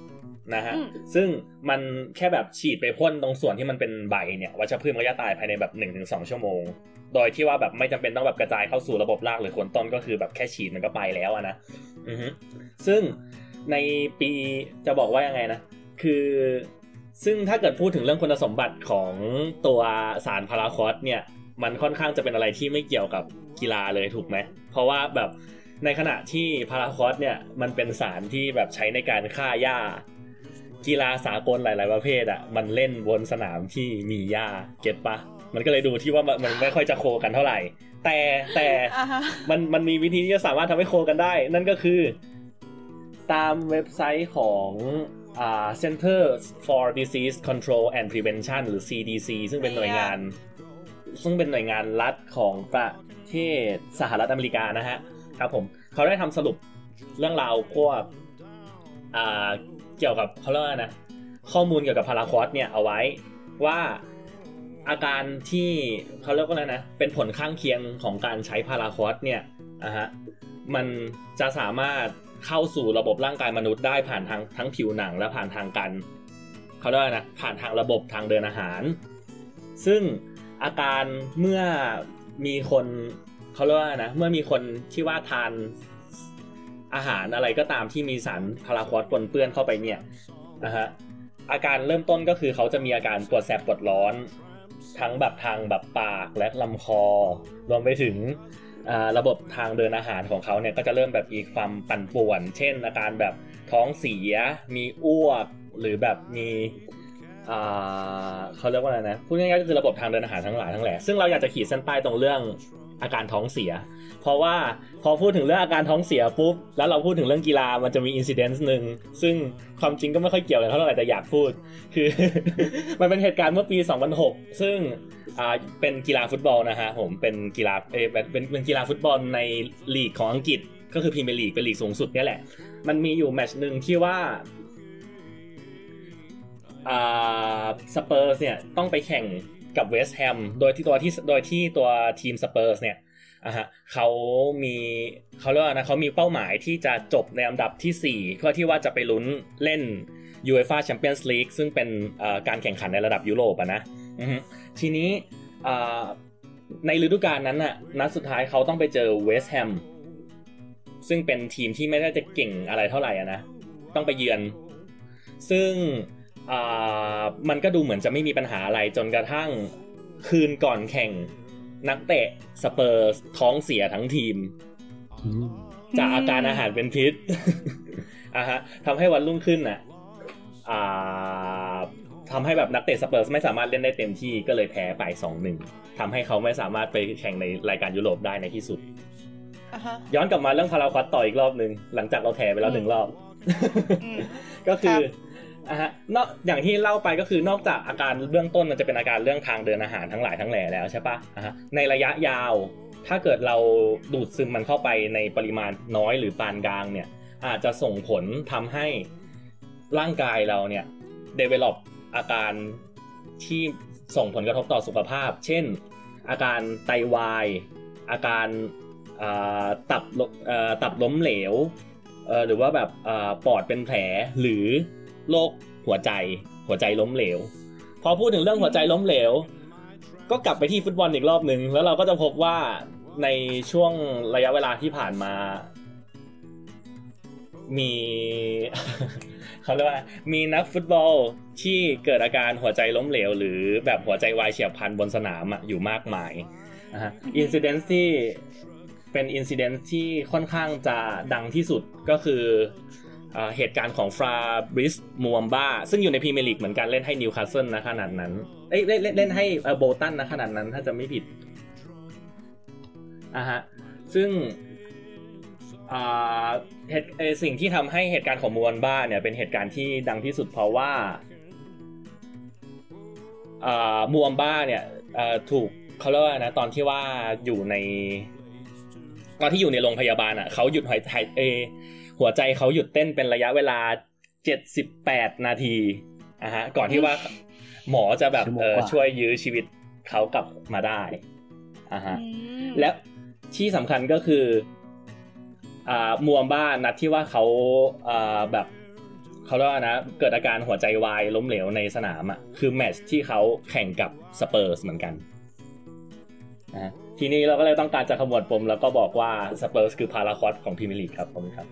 นะฮะซึ่งมันแค่แบบฉีดไปพ่นตรงส่วนที่มันเป็นใบเนี่ยวัชพืชมันก็จะตายภายในแบบ 1-2 ชั่วโมงโดยที่ว่าแบบไม่จำเป็นต้องแบบกระจายเข้าสู่ระบบรากหรือโคนต้นก็คือแบบแค่ฉีดมันก็ไปแล้วนะซึ่งในปีจะบอกว่ายังไงนะคือซึ่งถ้าเกิดพูดถึงเรื่องคุณสมบัติของตัวสารพาราควอสเนี่ยมันค่อนข้างจะเป็นอะไรที่ไม่เกี่ยวกับกีฬาเลยถูกไหมเพราะว่าแบบในขณะที่พาราควอสเนี่ยมันเป็นสารที่แบบใช้ในการฆ่าหญ้ากีฬาสากลหลายๆประเภทอ่ะมันเล่นบนสนามที่มีหญ้าเก็ตปะมันก็เลยดูที่ว่ามันไม่ค่อยจะโคกันเท่าไหร่แต่มันมีวิธีที่จะสามารถทำให้โคกันได้นั่นก็คือตามเว็บไซต์ของCenter for Disease Control and Prevention หรือ CDC ซึ่งเป็นหน่วยงานรัฐของประเทศสหรัฐอเมริกานะฮะครับผมเขาได้ทำสรุปเรื่องราวพวกเกี่ยวกับเขาเรียกว่านะข้อมูลเกี่ยวกับพาราควอสเนี่ยเอาไว้ว่าอาการที่เขาเรียกว่าอะไรนะเป็นผลข้างเคียงของการใช้พาราควอสเนี่ยมันจะสามารถเข้าสู่ระบบร่างกายมนุษย์ได้ผ่านทางทั้งผิวหนังและผ่านทางการเขาเรียกว่านะผ่านทางระบบทางเดินอาหารซึ่งอาการเมื่อมีคนเขาเรียกว่านะเมื่อมีคนที่ว่าทานอาหารอะไรก็ตามที่มีสารพาราควอสปนเปื้อนเข้าไปเนี่ยอาการเริ่มต้นก็คือเขาจะมีอาการปวดแสบปวดร้อนทั้งแบบทางแบบปากและลำคอรวมไปถึงระบบทางเดินอาหารของเขาเนี่ยก็จะเริ่มแบบมีความปั่นป่วนเช่นอาการแบบท้องเสียมีอ้วกหรือแบบมีเขาเรียกว่าอะไรนะพูดง่ายๆก็คือระบบทางเดินอาหารทั้งหลายทั้งแหล่ซึ่งเราอยากจะขีดเส้นใต้ตรงเรื่องอาการท้องเสียเพราะว่าพอพูดถึงเรื่องอาการท้องเสียปุ๊บแล้วเราพูดถึงเรื่องกีฬามันจะมีอินซิเดนต์นึงซึ่งความจริงก็ไม่ค่อยเกี่ยวกันเท่าไหร่แต่อยากพูดคือ มันเป็นเหตุการณ์เมื่อปี2006ซึ่งเป็นกีฬาฟุตบอลนะฮะผมเป็นกีฬาเป็นกีฬาฟุตบอลในลีกของอังกฤษก็คือพรีเมียร์ลีกเป็นลีกสูงสุดนี่แหละมันมีอยู่แมตช์นึงที่ว่าสเปอร์สเนี่ยต้องไปแข่งกับเวสต์แฮมโดยที่ตัวทีมสเปอร์สเนี่ยเขาเรียกว่านะเขามีเป้าหมายที่จะจบในอันดับที่4เพื่อที่ว่าจะไปลุ้นเล่น UEFA Champions League ซึ่งเป็นการแข่งขันในระดับยุโรปนะทีนี้ในฤดูกาลนั้นน่ะนัดสุดท้ายเขาต้องไปเจอเวสต์แฮมซึ่งเป็นทีมที่ไม่ได้จะเก่งอะไรเท่าไหร่นะต้องไปเยือนซึ่งมันก็ดูเหมือนจะไม่มีปัญหาอะไรจนกระทั่งคืนก่อนแข่งนักเตะสเปอร์สท้องเสียทั้งทีมจากอาการอาหารเป็นพิษทำให้วันรุ่งขึ้นน่ะทำให้แบบนักเตะสเปอร์สไม่สามารถเล่นได้เต็มที่ก็เลยแพ้ไป 2-1 ทำให้เขาไม่สามารถไปแข่งในรายการยุโรปได้ในที่สุดย้อนกลับมาเรื่องพาราควอสต่ออีกรอบนึงหลังจากเราแถไปแล้ว1รอบก็คือนอกอย่างที่เล่าไปก็คือนอกจากอาการเบื้องต้นมันจะเป็นอาการเรื่องทางเดินอาหารทั้งหลายทั้งแหล่แล้วใช่ปะในระยะยาวถ้าเกิดเราดูดซึมมันเข้าไปในปริมาณน้อยหรือปานกลางเนี่ยอาจจะส่งผลทำให้ร่างกายเราเนี่ย develop อาการที่ส่งผลกระทบต่อสุขภาพเช่นอาการไตวายอาการตับล้มเหลวหรือว่าแบบปอดเป็นแผลหรือโรคหัวใจล้มเหลวพอพูดถึงเรื่องหัวใจล้มเหลวก็กลับไปที่ฟุตบอลอีกรอบนึงแล้วเราก็จะพบว่าในช่วงระยะเวลาที่ผ่านมามีเขาเรียกว่ามีนักฟุตบอลที่เกิดอาการหัวใจล้มเหลวหรือแบบหัวใจวายเฉียบพลันบนสนามอยู่มากมายอินซิเดนซ์ที่เป็นอินซิเดนซ์ที่ค่อนข้างจะดังที่สุดก็คือเหตุการณ์ของฟราบริสมูอัมบ้าซึ่งอยู่ในพรีเมียร์ลีกเหมือนกันเล่นให้นิวคาสเซิลนะขนาดนั้นเล่นให้โบลตันนะขนาดนั้นถ้าจะไม่ผิดซึ่งสิ่งที่ทำให้เหตุการณ์ของมูอัมบ้าเนี่ยเป็นเหตุการณ์ที่ดังที่สุดเพราะว่ามูอัมบ้าเนี่ยถูกเขาเรียกว่านะตอนที่ว่าอยู่ในโรงพยาบาลเขาหยุดหายใจหัวใจเขาหยุดเต้นเป็นระยะเวลา78นาทีก่อนที่ว่าหมอจะแบบช่วยยื้อชีวิตเขากลับมาได้และที่สำคัญก็คือมูอัมบ้านัดที่ว่าเขาแบบเขาเรียกว่านะเกิดอาการหัวใจวายล้มเหลวในสนามอ่ะคือแมตช์ที่เขาแข่งกับสเปอร์สเหมือนกันนะทีนี้เราก็เลยต้องการจะขมวดปมแล้วก็บอกว่าสเปอร์สคือพาราคอสของพรีเมียร์ลีกครับผมครับ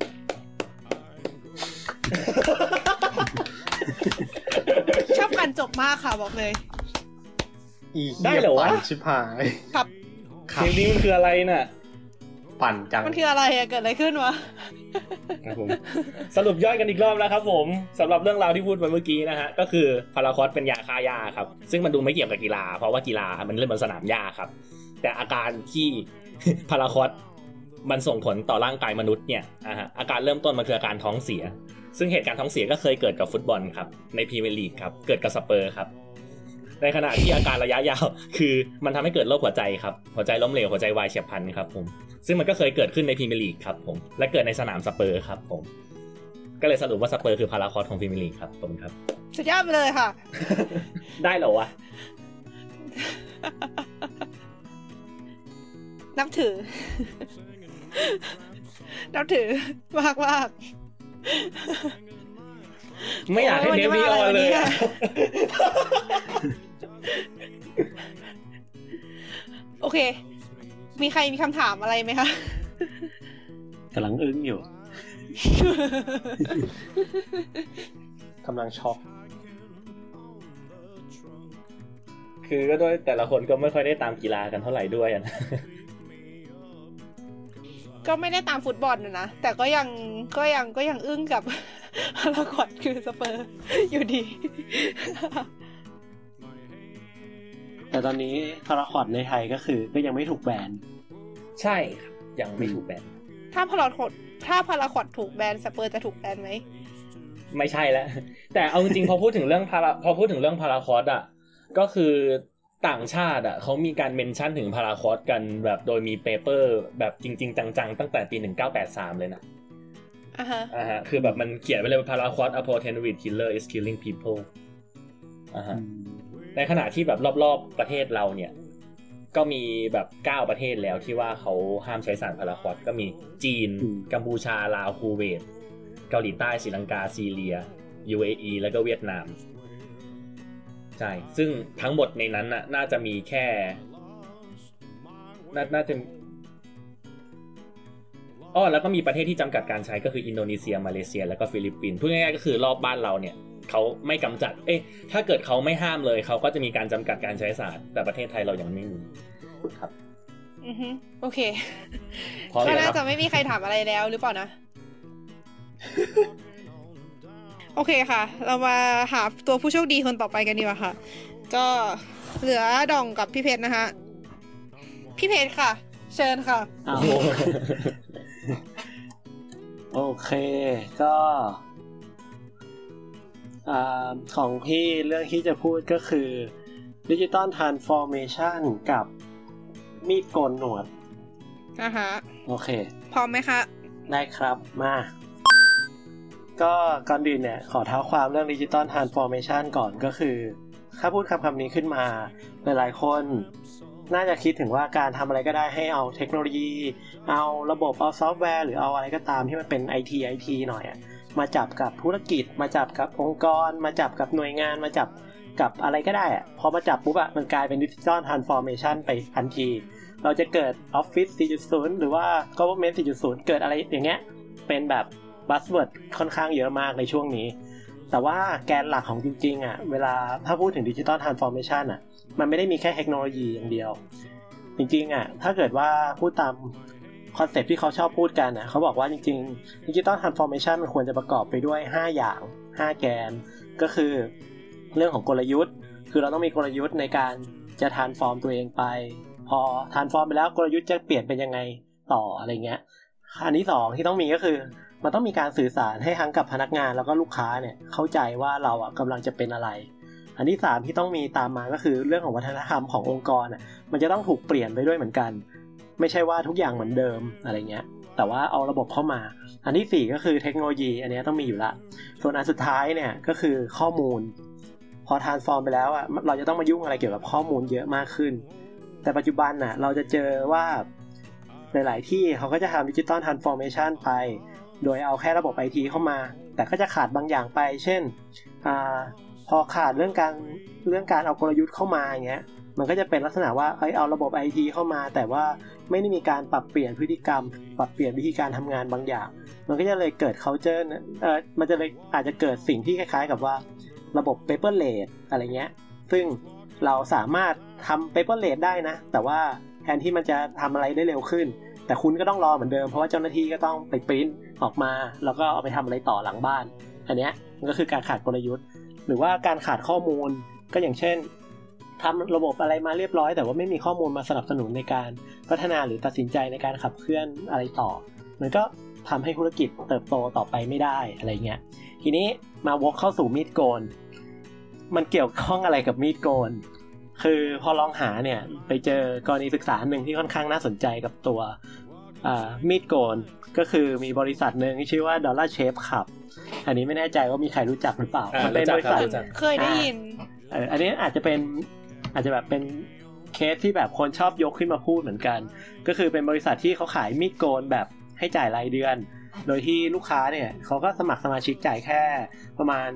ชอบการจบมากค่ะบอกเลยได้เหรอวะชิบหายครับเพลงนี้มันคืออะไรน่ะปั่นจังมันคืออะไรอะเกิดอะไรขึ้นวะครับผมสรุปย่อยกันอีกรอบแล้วครับผมสำหรับเรื่องราวที่พูดไปเมื่อกี้นะฮะก็คือพาราคอสเป็นยาฆ่าหญ้าครับซึ่งมันดูไม่เกี่ยวกับกีฬาเพราะว่ากีฬามันเล่นบนสนามหญ้าครับแต่อาการที่พาราคอสมันส่งผลต่อร่างกายมนุษย์เนี่ยอาการเริ่มต้นมันคืออาการท้องเสียซึ่งเหตุการณ์ท้องเสียก็เคยเกิดกับฟุตบอลครับในพรีเมียร์ลีกครับเกิดกับสเปอร์ครับในขณะที่อาการระยะยาวคือมันทำให้เกิดโรคหัวใจครับหัวใจล้มเหลวหัวใจวายเฉียบพลันครับผมซึ่งมันก็เคยเกิดขึ้นในพรีเมียร์ลีกครับผมและเกิดในสนามสเปอร์ครับผมก็เลยสรุปว่าสเปอร์คือพาราคอสของพรีเมียร์ลีกครับผมครับสุดยอดไปเลยค่ะได้เหรอวะนับถือมากมากไม่อยากให้เดวิดออนเลยโอเคมีใครมีคำถามอะไรไหมคะกำลังอึ้งอยู่กำลังช็อกคือก็ด้วยแต่ละคนก็ไม่ค่อยได้ตามกีฬากันเท่าไหร่ด้วยนะก็ไม่ได้ตามฟุตบอลนะแต่ก็ยังอึ้งกับพาราคอสคือสเปอร์อยู่ดีแต่ตอนนี้พาราคอสในไทยก็คือก็ยังไม่ถูกแบนใช่ครับยังไม่ถูกแบนถ้าพาราคอสถูกแบนสเปอร์จะถูกแบนไหมไม่ใช่แล้วแต่เอาจริงๆพอพูดถึงเรื่องพาราคอสอ่ะก็คือต่างชาติอ่ะเขามีการเมนชั่นถึงพาราคอสกันแบบโดยมีเปเปอร์แบบจริงๆจังๆตั้งแต่ปี1983เลยนะคือแบบมันเขียนไว้เลยว่า Paraquat a potent weed killer is killing people ในขณะที่แบบรอบๆประเทศเราเนี่ยก็มีแบบ9ประเทศแล้วที่ว่าเขาห้ามใช้สารพาราควอตก็มีจีนกัมพูชาลาวคูเวตเกาหลีใต้ศรีลังกาซีเรีย UAE แล้วก็เวียดนามใช่ซึ่งทั้งหมดในนั้นน่าจะมีแค่น่าจะแล้วก็มีประเทศที่จำกัดการใช้ก็คืออินโดนีเซียมาเลเซียแล้วก็ฟิลิปปินส์พูดง่ายๆก็คือรอบบ้านเราเนี่ยเขาไม่กำจัดถ้าเกิดเขาไม่ห้ามเลยเขาก็จะมีการจำกัดการใช้สารแต่ประเทศไทยเรายังไม่มีครับโอเคก็น่าจะไม่มีใครถามอะไรแล้วหรือเปล่านะ โอเคค่ะเรามาหาตัวผู้โชคดีคนต่อไปกันดีกว่าค่ะก็เหลือดองกับพี่เพชรนะคะพี่เพชรค่ะเชิญค่ะโอเคก็ของพี่เรื่องที่จะพูดก็คือ Digital Transformation กับมีดโกนหนวดฮะโอเคพร้อมไหมคะได้ครับมาก็ก่อนอื่นเนี่ยขอเท้าความเรื่อง Digital Transformation ก่อนก็คือถ้าพูดคำนี้ขึ้นมาหลายๆคนน่าจะคิดถึงว่าการทำอะไรก็ได้ให้เอาเทคโนโลยีเอาระบบเอาซอฟต์แวร์หรือเอาอะไรก็ตามที่มันเป็น IT หน่อยมาจับกับธุรกิจมาจับกับองค์กรมาจับกับหน่วยงานมาจับกับอะไรก็ได้พอมาจับปุ๊บมันกลายเป็น Digital Transformation ไปทันทีเราจะเกิด Office 4.0 หรือว่า Government 4.0 เกิดอะไรอย่างเงี้ยเป็นแบบบัสเวิร์ดค่อนข้างเยอะมากในช่วงนี้แต่ว่าแกนหลักของจริงๆเวลาถ้าพูดถึง Digital Transformation มันไม่ได้มีแค่เทคโนโลยีอย่างเดียวจริงๆถ้าเกิดว่าพูดตามคอนเซ็ปต์ที่เขาชอบพูดกันเขาบอกว่าจริงๆ Digital Transformation มันควรจะประกอบไปด้วย5อย่าง5แกนก็คือเรื่องของกลยุทธ์คือเราต้องมีกลยุทธ์ในการจะ transform ตัวเองไปพอ transform ไปแล้วกลยุทธ์จะเปลี่ยนเป็นยังไงต่ออะไรเงี้ยอันที่2ที่ต้องมีก็คือมันต้องมีการสื่อสารให้ทั้งกับพนักงานแล้วก็ลูกค้าเนี่ยเข้าใจว่าเรากำลังจะเป็นอะไรอันที่3ที่ต้องมีตามมาก็คือเรื่องของวัฒนธรรมขององค์กรมันจะต้องถูกเปลี่ยนไปด้วยเหมือนกันไม่ใช่ว่าทุกอย่างเหมือนเดิมอะไรเงี้ยแต่ว่าเอาระบบเข้ามาอันที่4ก็คือเทคโนโลยีอันนี้ต้องมีอยู่ละส่วนอันสุดท้ายเนี่ยก็คือข้อมูลพอ transform ไปแล้วเราจะต้องมายุ่งอะไรเกี่ยวกับข้อมูลเยอะมากขึ้นแต่ปัจจุบันเราจะเจอว่าหลายๆที่เขาก็จะทำ Digital Transformation ไปโดยเอาแค่ระบบ IT เข้ามาแต่ก็จะขาดบางอย่างไปเช่นพอขาดเรื่องการเอากลยุทธ์เข้ามาอย่างเงี้ยมันก็จะเป็นลักษณะว่าเอาระบบ IT เข้ามาแต่ว่าไม่ได้มีการปรับเปลี่ยนพฤติกรรมปรับเปลี่ยนวิธีการทำงานบางอย่างมันก็จะเลยเกิด culture มันจะเลยอาจจะเกิดสิ่งที่คล้ายๆกับว่าระบบ paperless อะไรเงี้ยซึ่งเราสามารถทำ paperless ได้นะแต่ว่าแทนที่มันจะทำอะไรได้เร็วขึ้นแต่คุณก็ต้องรอเหมือนเดิมเพราะว่าเจ้าหน้าที่ก็ต้องไปปริ้นออกมาแล้วก็เอาไปทำอะไรต่อหลังบ้านอันเนี้ยมันก็คือการขาดกลยุทธ์หรือว่าการขาดข้อมูลก็อย่างเช่นทำระบบอะไรมาเรียบร้อยแต่ว่าไม่มีข้อมูลมาสนับสนุนในการพัฒนาหรือตัดสินใจในการขับเคลื่อนอะไรต่อมันก็ทำให้ธุรกิจเติบโตต่อไปไม่ได้อะไรเงี้ยทีนี้มาวกเข้าสู่มีดโกนมันเกี่ยวข้องอะไรกับมีดโกนคือพอลองหาเนี่ยไปเจอกรณีศึกษาหนึ่งที่ค่อนข้างน่าสนใจกับตัวมีดโกนก็คือมีบริษัทหนึ่งที่ชื่อว่า Dollar Shave Club อันนี้ไม่แน่ใจว่ามีใครรู้จักหรือเปล่ามันเป็นบริษัทเคยได้ยินอันนี้อาจจะแบบเป็นเคสที่แบบคนชอบยกขึ้นมาพูดเหมือนกันก็คือเป็นบริษัทที่เขาขายมีดโกนแบบให้จ่ายรายเดือนโดยที่ลูกค้าเนี่ยเขาก็สมัครสมาชิกจ่ายแค่ประมาณ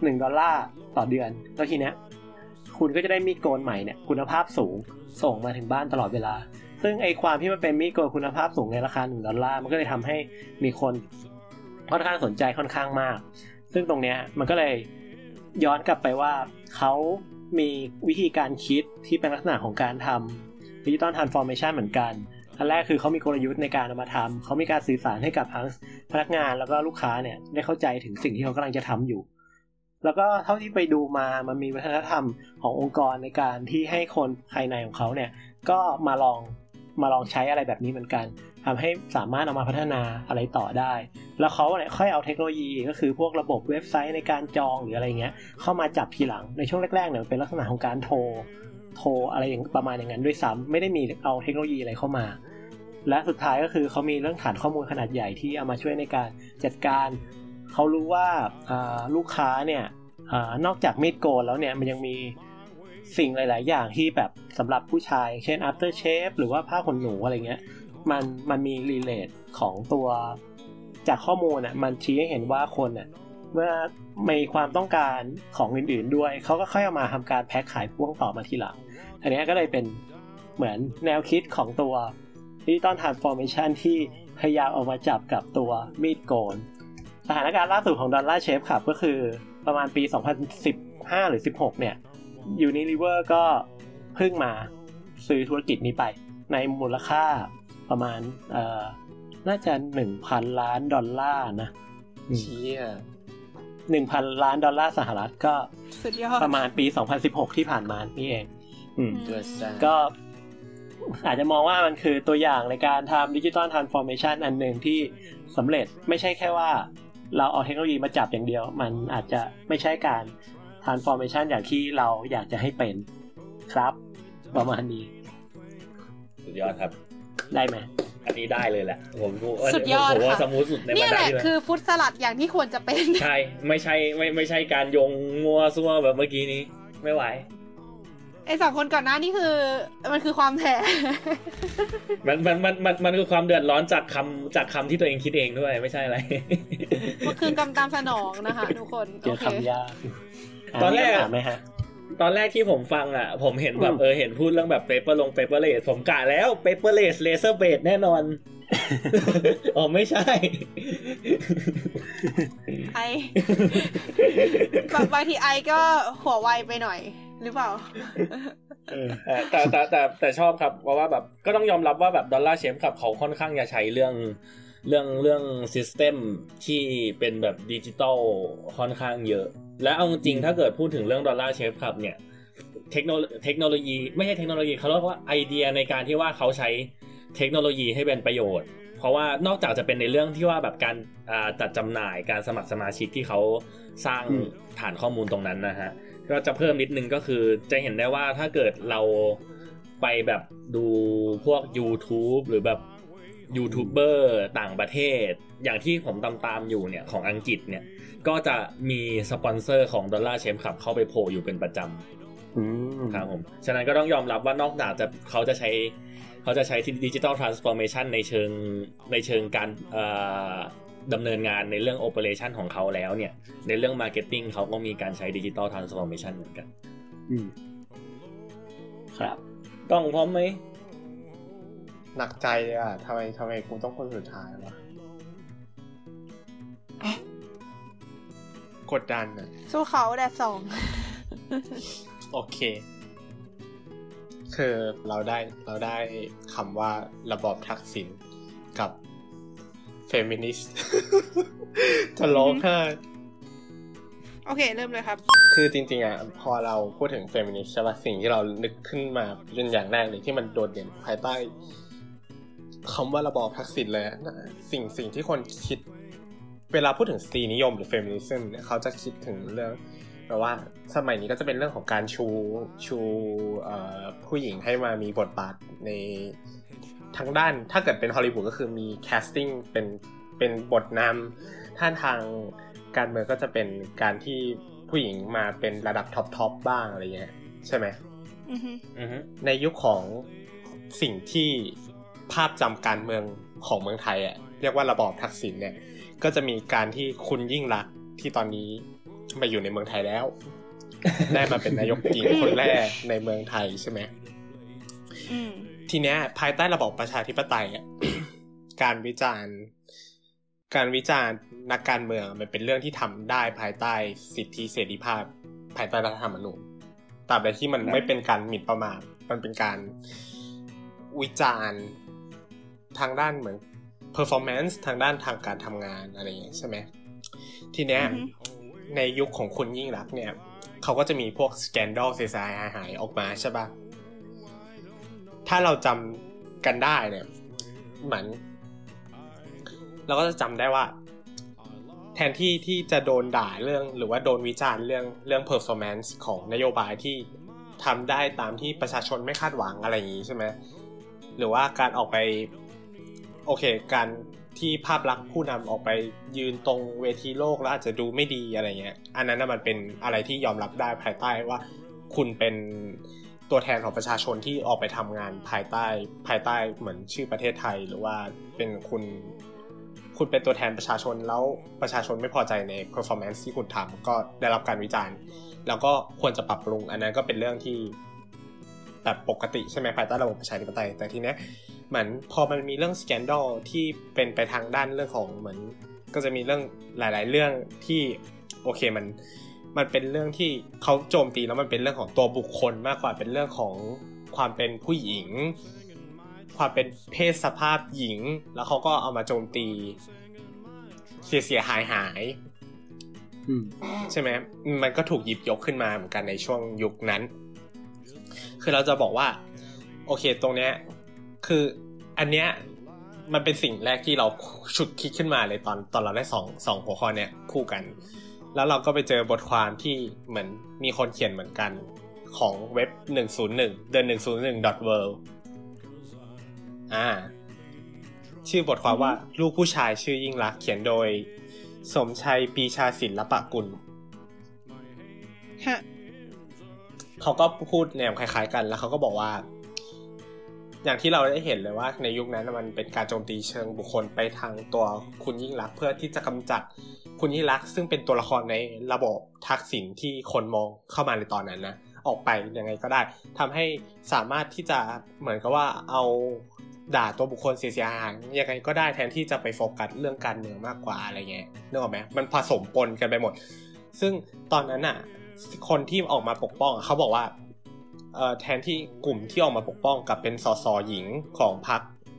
$1ต่อเดือนแล้วทีเนี้ยคุณก็จะได้มีดโกนใหม่เนี่ยคุณภาพสูงส่งมาถึงบ้านตลอดเวลาซึ่งไอความที่มันเป็นมีดโกนคุณภาพสูงในราคา$1มันก็เลยทำให้มีคนค่อนข้างสนใจค่อนข้างมากซึ่งตรงเนี้ยมันก็เลยย้อนกลับไปว่าเขามีวิธีการคิดที่เป็นลักษณะของการทำ Digital Transformation เหมือนกันอันแรกคือเขามีกลยุทธ์ในการเอามาทำเขามีการสื่อสารให้กับทั้งพนักงานแล้วก็ลูกค้าเนี่ยได้เข้าใจถึงสิ่งที่เขากำลังจะทำอยู่แล้วก็เท่าที่ไปดูมามันมีวัฒนธรรมขององค์กรในการที่ให้คนภายในของเขาเนี่ยก็มาลองใช้อะไรแบบนี้เหมือนกันทำให้สามารถเอามาพัฒนาอะไรต่อได้แล้วเขาเนี่ยค่อยเอาเทคโนโลยีก็คือพวกระบบเว็บไซต์ในการจองหรืออะไรเงี้ยเข้ามาจับทีหลังในช่วงแรกๆเนี่ยเป็นลักษณะของการโทรอะไรอย่างประมาณอย่างนั้นด้วยซ้ำไม่ได้มีเอาเทคโนโลยีอะไรเข้ามาและสุดท้ายก็คือเขามีเรื่องฐานข้อมูลขนาดใหญ่ที่เอามาช่วยในการจัดการเขารู้ว่าลูกค้าเนี่ยนอกจากมีดโกนแล้วเนี่ยมันยังมีสิ่งหลายๆอย่างที่แบบสำหรับผู้ชายเช่น after shave หรือว่าผ้าขนหนูอะไรเงี้ยมันมี relate ของตัวจากข้อมูลน่ะมันชี้ให้เห็นว่าคนน่ะเมื่อมีความต้องการของอื่นๆด้วยเขาก็ค่อยเอามาทำการแพ็คขายพ่วงต่อมาทีหลังอันนี้ก็เลยเป็นเหมือนแนวคิดของตัว Digital Transformation ที่พยายามเอามาจับกับตัวมีดโกนสถานการณ์ล่าสุดของ Dollar Shave Club ก็คือประมาณปี2015หรือ16เนี่ยUnilever ก็เพิ่งมาซื้อธุรกิจนี้ไปในมูลค่าประมาณน่าจะ$1,000 ล้านนะเชี่ย $1,000 ล้านสหรัฐก็ประมาณปี2016ที่ผ่านมานี่เองก็อาจจะมองว่ามันคือตัวอย่างในการทำ Digital Transformation อันหนึ่งที่สำเร็จไม่ใช่แค่ว่าเราเอาเทคโนโลยีมาจับอย่างเดียวมันอาจจะไม่ใช่การ Transformation อย่างที่เราอยากจะให้เป็นครับประมาณนี้สุดยอดครับได้ไหมอันนี้ได้เลยแหละผมสุดยอดว่าสมูทสุดในบรรดานี่แหละคือฟุตสลัดอย่างที่ควรจะเป็นใช่ไม่ใช่การโยงงัวซั่วแบบเมื่อกี้นี้ไม่ไหวไอ้2คนก่อนหน้านี่คือมันคือความแท้มันคือความเดือดร้อนจากคำที่ตัวเองคิดเองด้วยไม่ใช่อะไรมันคือกรรมตามสนองนะคะทุกคนโอเคคำยากตอนแรกที่ผมฟังอ่ะผมเห็นแบบเห็นพูดเรื่องแบบpaperless ผมกะแล้ว paperless laser blade แน่นอนอ๋อไม่ใช่ไอบางทีไอก็หัวไวไปหน่อยหรือเปล่าแต่ชอบครับเพราะว่าแบบก็ต้องยอมรับว่าแบบ Dollar Shave Club เขาค่อนข้างจะใช้เรื่องซิสเต็มที่เป็นแบบดิจิตอลค่อนข้างเยอะและเอาจริงถ้าเกิดพูดถึงเรื่อง Dollar Shave Club เนี่ยเทคโนโลยีไม่ใช่เทคโนโลยีเขาเรียกว่าไอเดียในการที่ว่าเขาใช้เทคโนโลยีให้เป็นประโยชน์เพราะว่านอกจากจะเป็นในเรื่องที่ว่าแบบการจัดจำหน่ายการสมัครสมาชิกที่เขาสร้างฐานข้อมูลตรงนั้นนะฮะก็จะเพิ่มนิดนึงก็คือจะเห็นได้ว่าถ้าเกิดเราไปแบบดูพวก YouTube หรือแบบยูทูบเบอร์ต่างประเทศอย่างที่ผมตามอยู่เนี่ยของอังกฤษเนี่ยก็จะมีสปอนเซอร์ของ Dollar Shave Club เข้าไปโผล่อยู่เป็นประจำครับผมฉะนั้นก็ต้องยอมรับว่านอกจากเขาจะใช้ Digital Transformation ในเชิงการดำเนินงานในเรื่อง operation ของเขาแล้วเนี่ยในเรื่อง marketing เขาก็มีการใช้ digital transformation เหมือนกันครับต้องพร้อมไหมหนักใจเลยอ่ะทำไมกูต้องคนสุดท้ายวะกดดันอ่ะสู้เขาแดดสองโอเคคือเราได้คำว่าระบอบทักษิณกับเฟมินิสต์จะร้องไห้โอเคเริ่มเลยครับคือจริงๆอ่ะพอเราพูดถึงเฟมินิสต์ใช่ป่ะสิ่งที่เรานึกขึ้นมาเป็นอย่างแรกเลยที่มันโดดเด่นภายใต้คำว่าระบอบทักษิณเลยสิ่งที่คนคิดเวลาพูดถึงสตรีนิยมหรือเฟมินิซึมเนี่ยเขาจะคิดถึงเรื่องแบบว่าสมัยนี้ก็จะเป็นเรื่องของการชูผู้หญิงให้มามีบทบาทในทั้งด้านถ้าเกิดเป็นฮอลลีวูดก็คือมีแคสติ้งเป็นบทนำท่านทางการเมืองก็จะเป็นการที่ผู้หญิงมาเป็นระดับท็อปบ้างอะไรเงี้ยใช่ไหมในยุคของสิ่งที่ภาพจำการเมืองของเมืองไทยอ่ะเรียกว่าระบอบทักษิณเนี่ยก็จะมีการที่คุณยิ่งลักษณ์ที่ตอนนี้มาอยู่ในเมืองไทยแล้ว ได้มาเป็นนายกหญิงคนแรกในเมืองไทยใช่ไหมทีเนี้ยภายใต้ระบอบประชาธิปไตยอ่ะ การวิจารณ์นักการเมืองมันเป็นเรื่องที่ทำได้ภายใต้สิทธิเสรีภาพภายใต้รัฐธรรมนูญตราบใดที่มันไม่เป็นการหมิ่นประมาทมันเป็นการวิจารณ์ทางด้านเหมือน performance ทางด้านทางการทำงานอะไรอย่างเงี้ยใช่ไหมทีเนี้ยในยุคของคุณยิ่งรักษณ์เนี่ยเขาก็จะมีพวก scandal เสียหายออกมาใช่ป่ะถ้าเราจำกันได้เนี่ยเหมือนเราก็จะจำได้ว่าแทนที่จะโดนด่าเรื่องหรือว่าโดนวิจารณ์เรื่อง performance ของนโยบายที่ทำได้ตามที่ประชาชนไม่คาดหวังอะไรอย่างนี้ใช่ไหมหรือว่าการออกไปโอเคการที่ภาพลักษณ์ผู้นำออกไปยืนตรงเวทีโลกแล้วอาจจะดูไม่ดีอะไรเงี้ยอันนั้นมันเป็นอะไรที่ยอมรับได้ภายใต้ว่าคุณเป็นตัวแทนของประชาชนที่ออกไปทำงานภายใต้เหมือนชื่อประเทศไทยหรือว่าเป็นคุณเป็นตัวแทนประชาชนแล้วประชาชนไม่พอใจใน performance ที่คุณทำก็ได้รับการวิจารณ์แล้วก็ควรจะปรับปรุงอันนั้นก็เป็นเรื่องที่แบบปกติใช่ไหมภายใต้ระบบประชาธิปไตยแต่ทีเนี้ยเหมือนพอมันมีเรื่อง scandal ที่เป็นไปทางด้านเรื่องของเหมือนก็จะมีเรื่องหลายๆเรื่องที่โอเคมันเป็นเรื่องที่เขาโจมตีแล้วมันเป็นเรื่องของตัวบุคคลมากกว่าเป็นเรื่องของความเป็นผู้หญิงความเป็นเพศสภาพหญิงแล้วเขาก็เอามาโจมตีเสียหายใช่ไหมมันก็ถูกหยิบยกขึ้นมาเหมือนกันในช่วงยุคนั้นคือเราจะบอกว่าโอเคตรงเนี้ยคืออันเนี้ยมันเป็นสิ่งแรกที่เราฉุดคิดขึ้นมาเลยตอนเราได้สองหัวข้อเนี้ยคู่กันแล้วเราก็ไปเจอบทความที่เหมือนมีคนเขียนเหมือนกันของเว็บ101 the101.world ชื่อบทความว่าลูกผู้ชายชื่อยิ่งลักษณ์เขียนโดยสมชัยปีชาศิลปกุลเขาก็พูดแนวคล้ายๆกันแล้วเขาก็บอกว่าอย่างที่เราได้เห็นเลยว่าในยุคนั้นมันเป็นการโจมตีเชิงบุคคลไปทางตัวคุณยิ่งลักษณ์เพื่อที่จะกำจัดคุณยิ่งลักษณ์ซึ่งเป็นตัวละครในระบบทักษิณที่คนมองเข้ามาในตอนนั้นนะออกไปยังไงก็ได้ทำให้สามารถที่จะเหมือนกับว่าเอาด่าตัวบุคคลเสียหายยังไงก็ได้แทนที่จะไปโฟกัสเรื่องการเมืองมากกว่าอะไรเงี้ยนึกออกไหมมันผสมปนกันไปหมดซึ่งตอนนั้นน่ะคนที่ออกมาปกป้องเขาบอกว่าแทนที่กลุ่มที่ออกมาปกป้องกับเป็นสสหญิงของพรร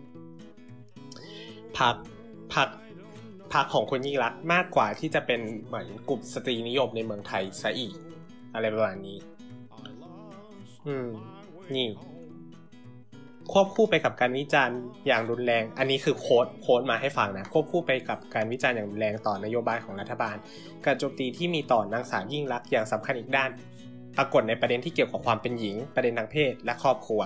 คของคุณยิ่งรักษณ์มากกว่าที่จะเป็นเหมือนกลุ่มสตรีนิยมในเมืองไทยซะอีกอะไรประมาณนี้นี่ควบคู่ไปกับการวิจารณ์อย่างรุนแรงอันนี้คือโค้ดมาให้ฟังนะควบคู่ไปกับการวิจารณ์อย่างรุนแรงต่อนโยบายของรัฐบาลการโจมตีที่มีต่อนางสาวยิ่งลักษณ์อย่างสำคัญอีกด้านปรากฏในประเด็นที่เกี่ยวกับความเป็นหญิงประเด็นทางเพศและครอบครัว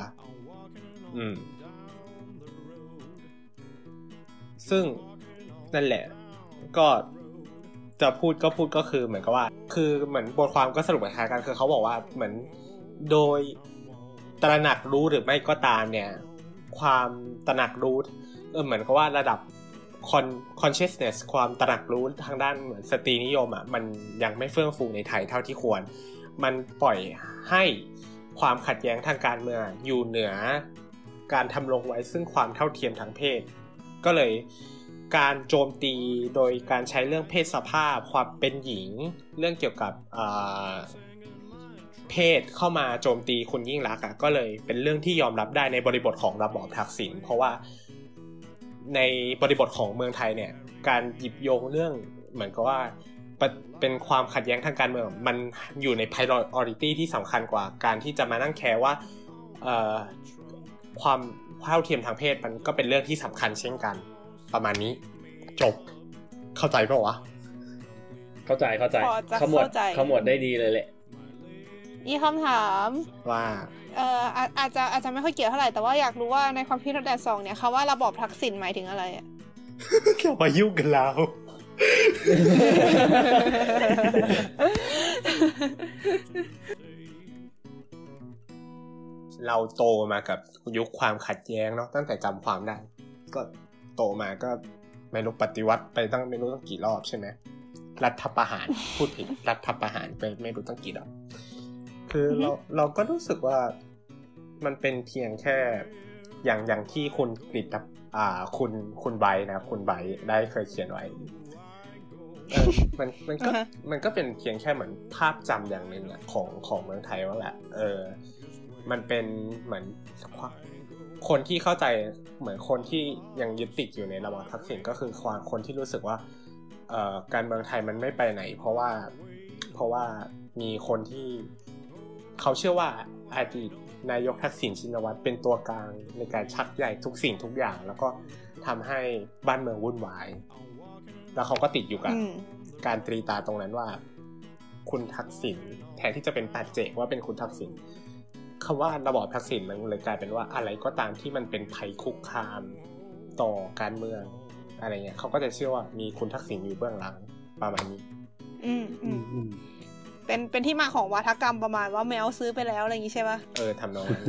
ซึ่งนั่นแหละก็จะพูดก็คือเหมือนกับว่าคือเหมือนบทความก็สรุปคล้ายกันคือเขาบอกว่าเหมือนโดยตระหนักรู้หรือไม่ก็ตามเนี่ยความตระหนักรู้เหมือนกับว่าระดับ consciousness ความตระหนักรู้ทางด้านเหมือนสตรีนิยมอ่ะมันยังไม่เฟื่องฟูในไทยเท่าที่ควรมันปล่อยให้ความขัดแย้งทางการเมืองอยู่เหนือการทำรงไว้ซึ่งความเท่าเทียมทางเพศก็เลยการโจมตีโดยการใช้เรื่องเพศสภาพความเป็นหญิงเรื่องเกี่ยวกับเพศเข้ามาโจมตีคุณยิ่งลักษณ์อ่ะก็เลยเป็นเรื่องที่ยอมรับได้ในบริบทของระบอบทักษิณเพราะว่าในบริบทของเมืองไทยเนี่ยการหยิบโยงเรื่องเหมือนกับว่าเป็นความขัดแย้งทางการเมืองมันอยู่ใน priority ที่สำคัญกว่าการที่จะมานั่งแคร์ว่าความเท่าเทียมทางเพศมันก็เป็นเรื่องที่สำคัญเช่นกันประมาณนี้จบเข้าใจป่ะวะเข้าใจขมวดได้ดีเลยแหละมีคำถามว่าอาจจะไม่ค่อยเกี่ยวเท่าไหร่แต่ว่าอยากรู้ว่าในความคิดแดดซองเนี่ยคำว่าระบอบทักษิณหมายถึงอะไรอ่ะอย่ามายุ่งกันเราเราโตมากับยุคความขัดแย้งเนาะตั้งแต่จำความได้ก็โตมาก็ไม่รู้ปฏิวัติไปตั้งไม่รู้ตั้งกี่รอบใช่ไหมรัฐประหารพูดผิดรัฐประหารไปไม่รู้ตั้งกี่รอบคือเราก็รู้สึกว่ามันเป็นเพียงแค่อย่างที่คุณกฤษคุณไบร์ทนะคุณไบร์ทได้เคยเขียนไว้มันก็เป็นเพียงแค่เหมือนภาพจำอย่างนึงอ่ะของเมืองไทยว่าแหละมันเป็นเหมือนคนที่เข้าใจเหมือนคนที่ยังยึดติดอยู่ในระบอบทักษิณก็คือคนที่รู้สึกว่าการเมืองไทยมันไม่ไปไหนเพราะว่ามีคนที่เขาเชื่อว่าอดีตนายกทักษิณชินวัตรเป็นตัวกลางในการชักใยทุกสิ่งทุกอย่างแล้วก็ทำให้บ้านเมืองวุ่นวายแล้วเขาก็ติดอยู่กับการตรีตาตรงนั้นว่าคุณทักษิณแทนที่จะเป็นปัจเจกว่าเป็นคุณทักษิณคำว่าระบอบทักษิณมันเลยกลายเป็นว่าอะไรก็ตามที่มันเป็นภัยคุกคามต่อการเมืองอะไรเงี้ยเขาก็จะเชื่อว่ามีคุณทักษิณอยู่เบื้องหลังประมาณนี้เป็นที่มาของวาทกรรมประมาณว่าแมวซื้อไปแล้วอะไรอย่างงี้ใช่ป่ะทำนองนั้น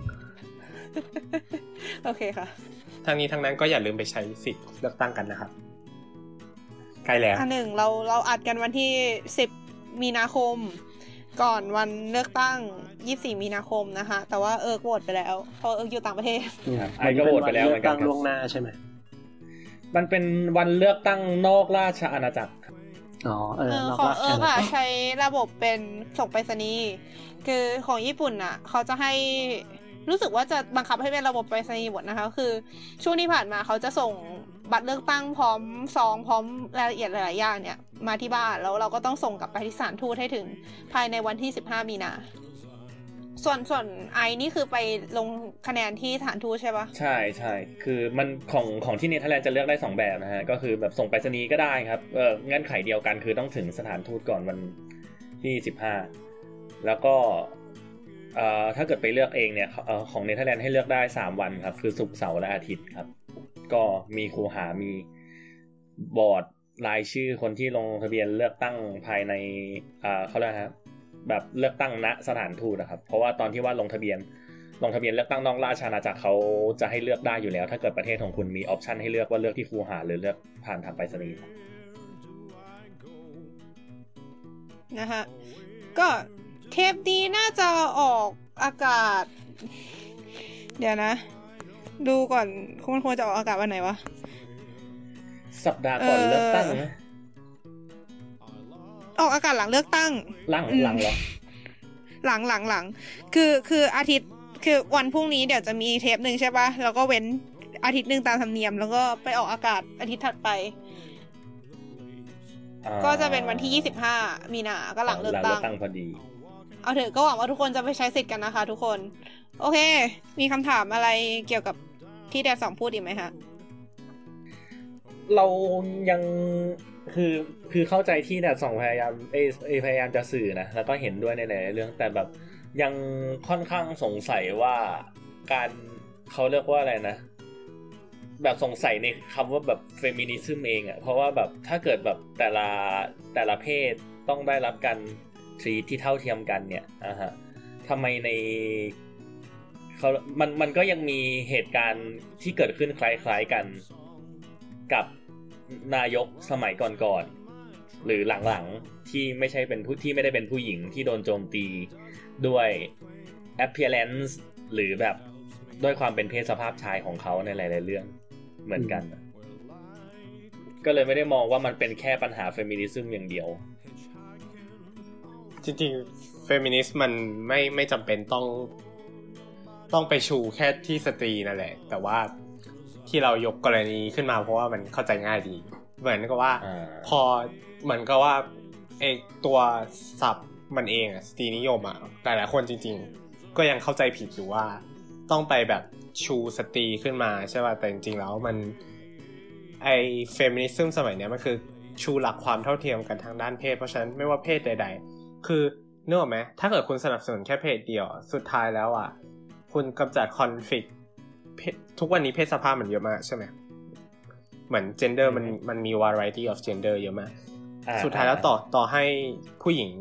โอเคค่ะทั้งนี้ทั้งนั้นก็อย่าลืมไปใช้สิทธิ์เลือกตั้งกันนะครับใกล้แล้วหนึ่งเราอัดกันวันที่10มีนาคมก่อนวันเลือกตั้ง24มีนาคมนะคะแต่ว่าโหวตไปแล้วเพราะอยู่ต่างประเทศไอ้ก็โหวตไปแล้วเหมือนกันล่วงหน้าใช่ไหมมันเป็นวันเลือกตั้งนอกราชอาณาจักรของค่ะใช้ระบบเป็นส่งไปรษณีย์คือของญี่ปุ่นน่ะเขาจะให้รู้สึกว่าจะบังคับให้เป็นระบบไปรษณีย์หมดนะคะคือช่วงที่ผ่านมาเขาจะส่งบัตรเลือกตั้งพร้อมซองพร้อมรายละเอียดหลายๆอย่างเนี่ยมาที่บ้านแล้วเราก็ต้องส่งกลับไปที่สถานทูตให้ถึงภายในวันที่15มีนาส่วนไอนี่คือไปลงคะแนนที่สถานทูตใช่ปะใช่คือมันของที่เนเธอร์แลนด์จะเลือกได้2แบบนะฮะก็คือแบบส่งไปรษณีย์ก็ได้ครับเงื่อนไขเดียวกันคือต้องถึงสถานทูตก่อนวันที่15แล้วก็ถ้าเกิดไปเลือกเองเนี่ยของเนเธอร์แลนด์ให้เลือกได้3วันครับคือศุกร์เสาร์และอาทิตย์ครับก็มีคูหามีบอร์ดรายชื่อคนที่ลงทะเบียนเลือกตั้งภายในเขาเรียกครับแบบเลือกตั้งณสถานทูตนะครับเพราะว่าตอนที่ว่าลงทะเบียนเลือกตั้งนอกราชอาณาจักรเขาจะให้เลือกได้อยู่แล้วถ้าเกิดประเทศของคุณมีออปชันให้เลือกว่าเลือกที่คูหาหรือเลือกผ่านทางไปรษณีย์นะฮะก็เทปนี้น่าจะออกอากาศเดี๋ยวนะดูก่อนมันควรจะออกอากาศวันไหนวะสัปดาห์ก่อนเลือกตั้งนะออกอากาศหลังเลือกตั้งหลังเหรอหลังคืออาทิตย์คือวันพรุ่งนี้เดี๋ยวจะมีเทปนึงใช่ป่ะแล้วก็เว้นอาทิตย์นึงตามธรรมเนียมแล้วก็ไปออกอากาศอาทิตย์ถัดไปก็จะเป็นวันที่25มีนาก็หลังเลือกตั้งพอดีเอาเถอะก็หวังว่าทุกคนจะไปใช้สิทธิ์กันนะคะทุกคนโอเคมีคำถามอะไรเกี่ยวกับที่แดดสองพูดอีกไหมคะเรายังคือเข้าใจที่แดดสองพยายามจะสื่อนะแล้วก็เห็นด้วยในหลายเรื่องแต่แบบยังค่อนข้างสงสัยว่าการเขาเรียกว่าอะไรนะแบบสงสัยในคำว่าแบบเฟมินิซึมเองอ่ะเพราะว่าแบบถ้าเกิดแบบแต่ละเพศต้องได้รับการที่เท่าเทียมกันเนี่ยทำไมในมันก็ยังมีเหตุการณ์ที่เกิดขึ้นคล้ายๆกันกับนายกสมัยก่อนๆหรือหลังๆที่ไม่ใช่เป็นผู้ที่ไม่ได้เป็นผู้หญิงที่โดนโจมตีด้วย appearance หรือแบบด้วยความเป็นเพศสภาพชายของเขาในหลายๆเรื่องเหมือนกันก็เลยไม่ได้มองว่ามันเป็นแค่ปัญหาเฟมินิซึมอย่างเดียวจริงๆเฟมินิสต์มันไม่จำเป็นต้องไปชูแค่ที่สตรีนั่นแหละแต่ว่าที่เรายกกรณีขึ้นมาเพราะว่ามันเข้าใจง่ายดีเหมือนกับว่าพอเหมือนกับว่าไอตัวศัพท์มันเองอะสตรีนิยมอะหลายๆคนจริงๆก็ยังเข้าใจผิดอยู่ว่าต้องไปแบบชูสตรีขึ้นมาใช่ป่ะแต่จริงๆแล้วมันไอเฟมินิซึมสมัยเนี้ยมันคือชูหลักความเท่าเทียมกันทางด้านเพศเพราะฉะนั้นไม่ว่าเพศใดๆคือนึกออกไหมถ้าเกิดคุณสนับสนุนแค่เพศเดียวสุดท้ายแล้วอ่ะคุณกำจัดคอนฟลิกต์ทุกวันนี้เพศสภาพมันเยอะมากใช่ไหมเหมือน gender มันมี variety of gender เยอะมากสุดท้ายแล้วต่อให้ผู้หญิง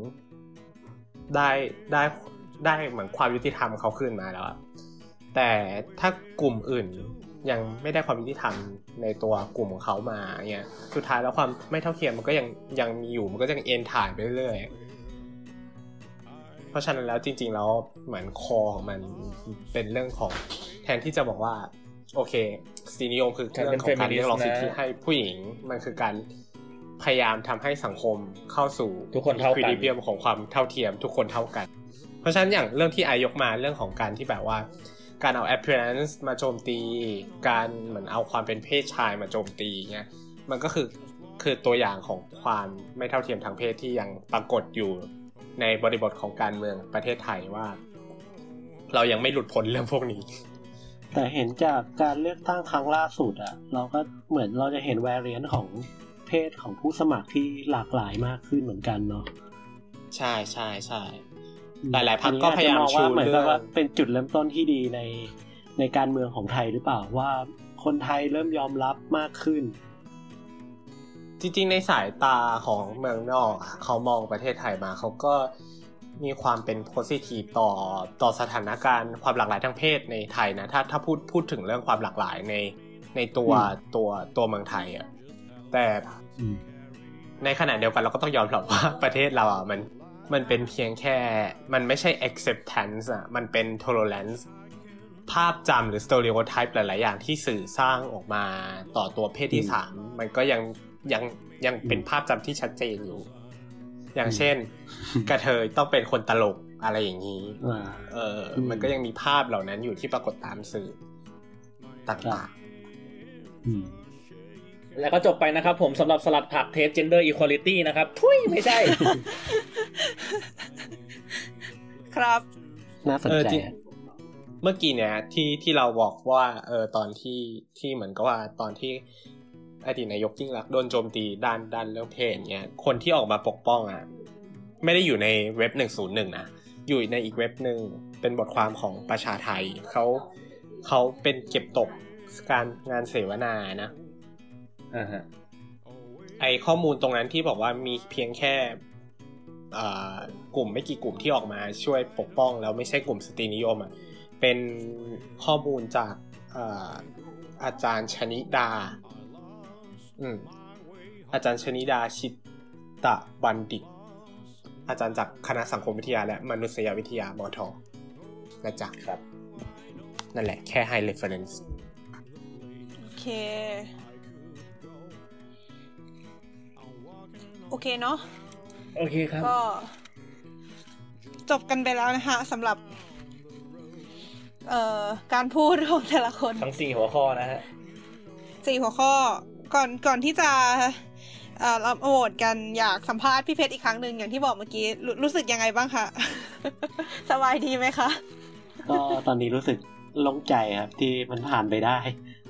ได้เหมือนความยุติธรรมเขาขึ้นมาแล้วอะแต่ถ้ากลุ่มอื่นยังไม่ได้ความยุติธรรมในตัวกลุ่มของเขามาเนี่ยสุดท้ายแล้วความไม่เท่าเทียมมันก็ยังมีอยู่มันก็ยังเอ็นถ่ายไปเรื่อยเพราะฉะนั้นแล้วจริงๆแล้วเหมือนคอของมันเป็นเรื่องของแทนที่จะบอกว่าโอเคสตรีนิยมคือเรื่องของการเรียกร้องสิทธิให้ผู้หญิงมันคือการพยายามทำให้สังคมเข้าสู่ทุกคนเท่ากัน equilibrium ของความเท่าเทียมทุกคนเท่ากันเพราะฉะนั้นอย่างเรื่องที่ยกมาเรื่องของการที่แบบว่าการเอา appearance มาโจมตีการเหมือนเอาความเป็นเพศชายมาโจมตีเงี้ยมันก็คือตัวอย่างของความไม่เท่าเทียมทางเพศที่ยังปรากฏอยู่ในบริบทของการเมืองประเทศไทยว่าเรายังไม่หลุดพ้นเรื่องพวกนี้แต่เห็นจากการเลือกตั้งครั้งล่าสุดอ่ะเราก็เหมือนเราจะเห็น variant ของเพศของผู้สมัครที่หลากหลายมากขึ้นเหมือนกันเนาะใช่ใช่ใช่หลายๆพรรคก็พยายามชูเหมือนกับว่าเป็นจุดเริ่มต้นที่ดีในการเมืองของไทยหรือเปล่าว่าคนไทยเริ่มยอมรับมากขึ้นจริงๆในสายตาของเมืองนอกเขามองประเทศไทยมาเขาก็มีความเป็นโพสิทีฟต่อสถานการณ์ความหลากหลายทางเพศในไทยนะถ้าพูดถึงเรื่องความหลากหลายในตัวเมืองไทยอ่ะแต่ในขณะเดียวกันเราก็ต้องยอมรับว่าประเทศเราอ่ะมันเป็นเพียงแค่มันไม่ใช่ acceptance อ่ะมันเป็น tolerance ภาพจำหรือ stereotype หลายๆอย่างที่สื่อสร้างออกมาต่อตัวเพศที่3มันก็ยังเป็นภาพจำที่ชัดเจนอยู่อย่างเช่นกระเทยต้องเป็นคนตลกอะไรอย่างนี้มันก็ยังมีภาพเหล่านั้นอยู่ที่ปรากฏตามสื่อต่างๆแล้วก็จบไปนะครับผมสำหรับสลัดผักเทส gender equality นะครับทุยไม่ใช่ครับน่าสนใจเมื่อกี้เนี่ยที่เราบอกว่าตอนที่เหมือนกับว่าตอนที่อดีตนายกยิ่งลักษณ์โดนโจมตีด้านเรื่องเพศเนี่ยคนที่ออกมาปกป้องอ่ะไม่ได้อยู่ในเว็บ101นะอยู่ในอีกเว็บนึงเป็นบทความของประชาไทยเขาเป็นเก็บตกการงานเสวนานะไอข้อมูลตรงนั้นที่บอกว่ามีเพียงแค่กลุ่มไม่กี่กลุ่มที่ออกมาช่วยปกป้องแล้วไม่ใช่กลุ่มสตรีนิยมอ่ะเป็นข้อมูลจากอาจารย์ชนิดาอาจารย์ชนิดาชิตะบัณฑิตอาจารย์จากคณะสังคมวิทยาและมนุษยวิทยามท.นะจ๊ะครับนั่นแหละแค่ให้ reference โอเคเนาะโอเคครับก็จบกันไปแล้วนะคะสำหรับการพูดของแต่ละคนทั้ง4หัวข้อนะฮะ 4หัวข้อก่อนที่จะเราโหวตกันอยากสัมภาษณ์พี่เพชรอีกครั้งนึงอย่างที่บอกเมื่อกี้รู้สึกยังไงบ้างคะสบายดีไหมคะก็ตอนนี้รู้สึกโล่งใจครับที่มันผ่านไปได้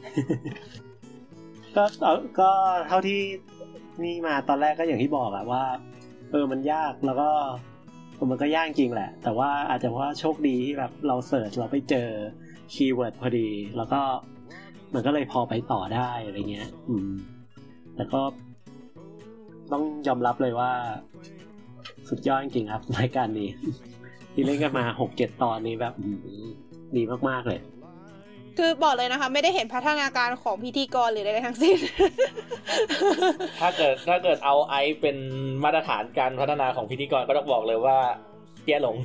ก็เท่าที่นี่มาตอนแรกก็อย่างที่บอกอะว่ามันยากแล้วก็มันก็ยากจริงแหละแต่ว่าอาจจะว่าโชคดีที่แบบเราเสิร์ชเราไปเจอคีย์เวิร์ดพอดีแล้วก็มันก็เลยพอไปต่อได้อะไรเงี้ยแต่ก็ต้องยอมรับเลยว่าสุดยอดจริงๆครับรายการนี้ที่เล่นกันมา 6-7 ตอนนี้แบบดีมากๆเลยคือบอกเลยนะคะไม่ได้เห็นพัฒนาการของพิธีกรหรืออะไรทั้งสิ้นถ้าเกิดเอาไอซ์เป็นมาตรฐานการพัฒนาของพิธีกรก็ต้องบอกเลยว่าเตี้ยลง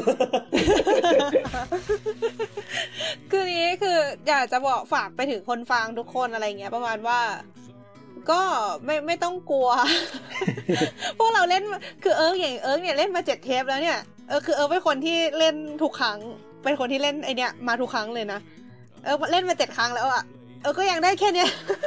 คือนี้คืออยากจะบอกฝากไปถึงคนฟังทุกคนอะไรเงี้ยประมาณว่าก็ไม่ต้องกลัว พวกเราเล่นคืออย่างเนี่ยเล่นมา7 เทปแล้วเนี่ยคือเป็นคนที่เล่นทุกครั้งเป็นคนที่เล่นไอเนี้ยมาทุกครั้งเลยนะเล่นมา7 ครั้งแล้วอะก็ยังได้แค่เนี้ย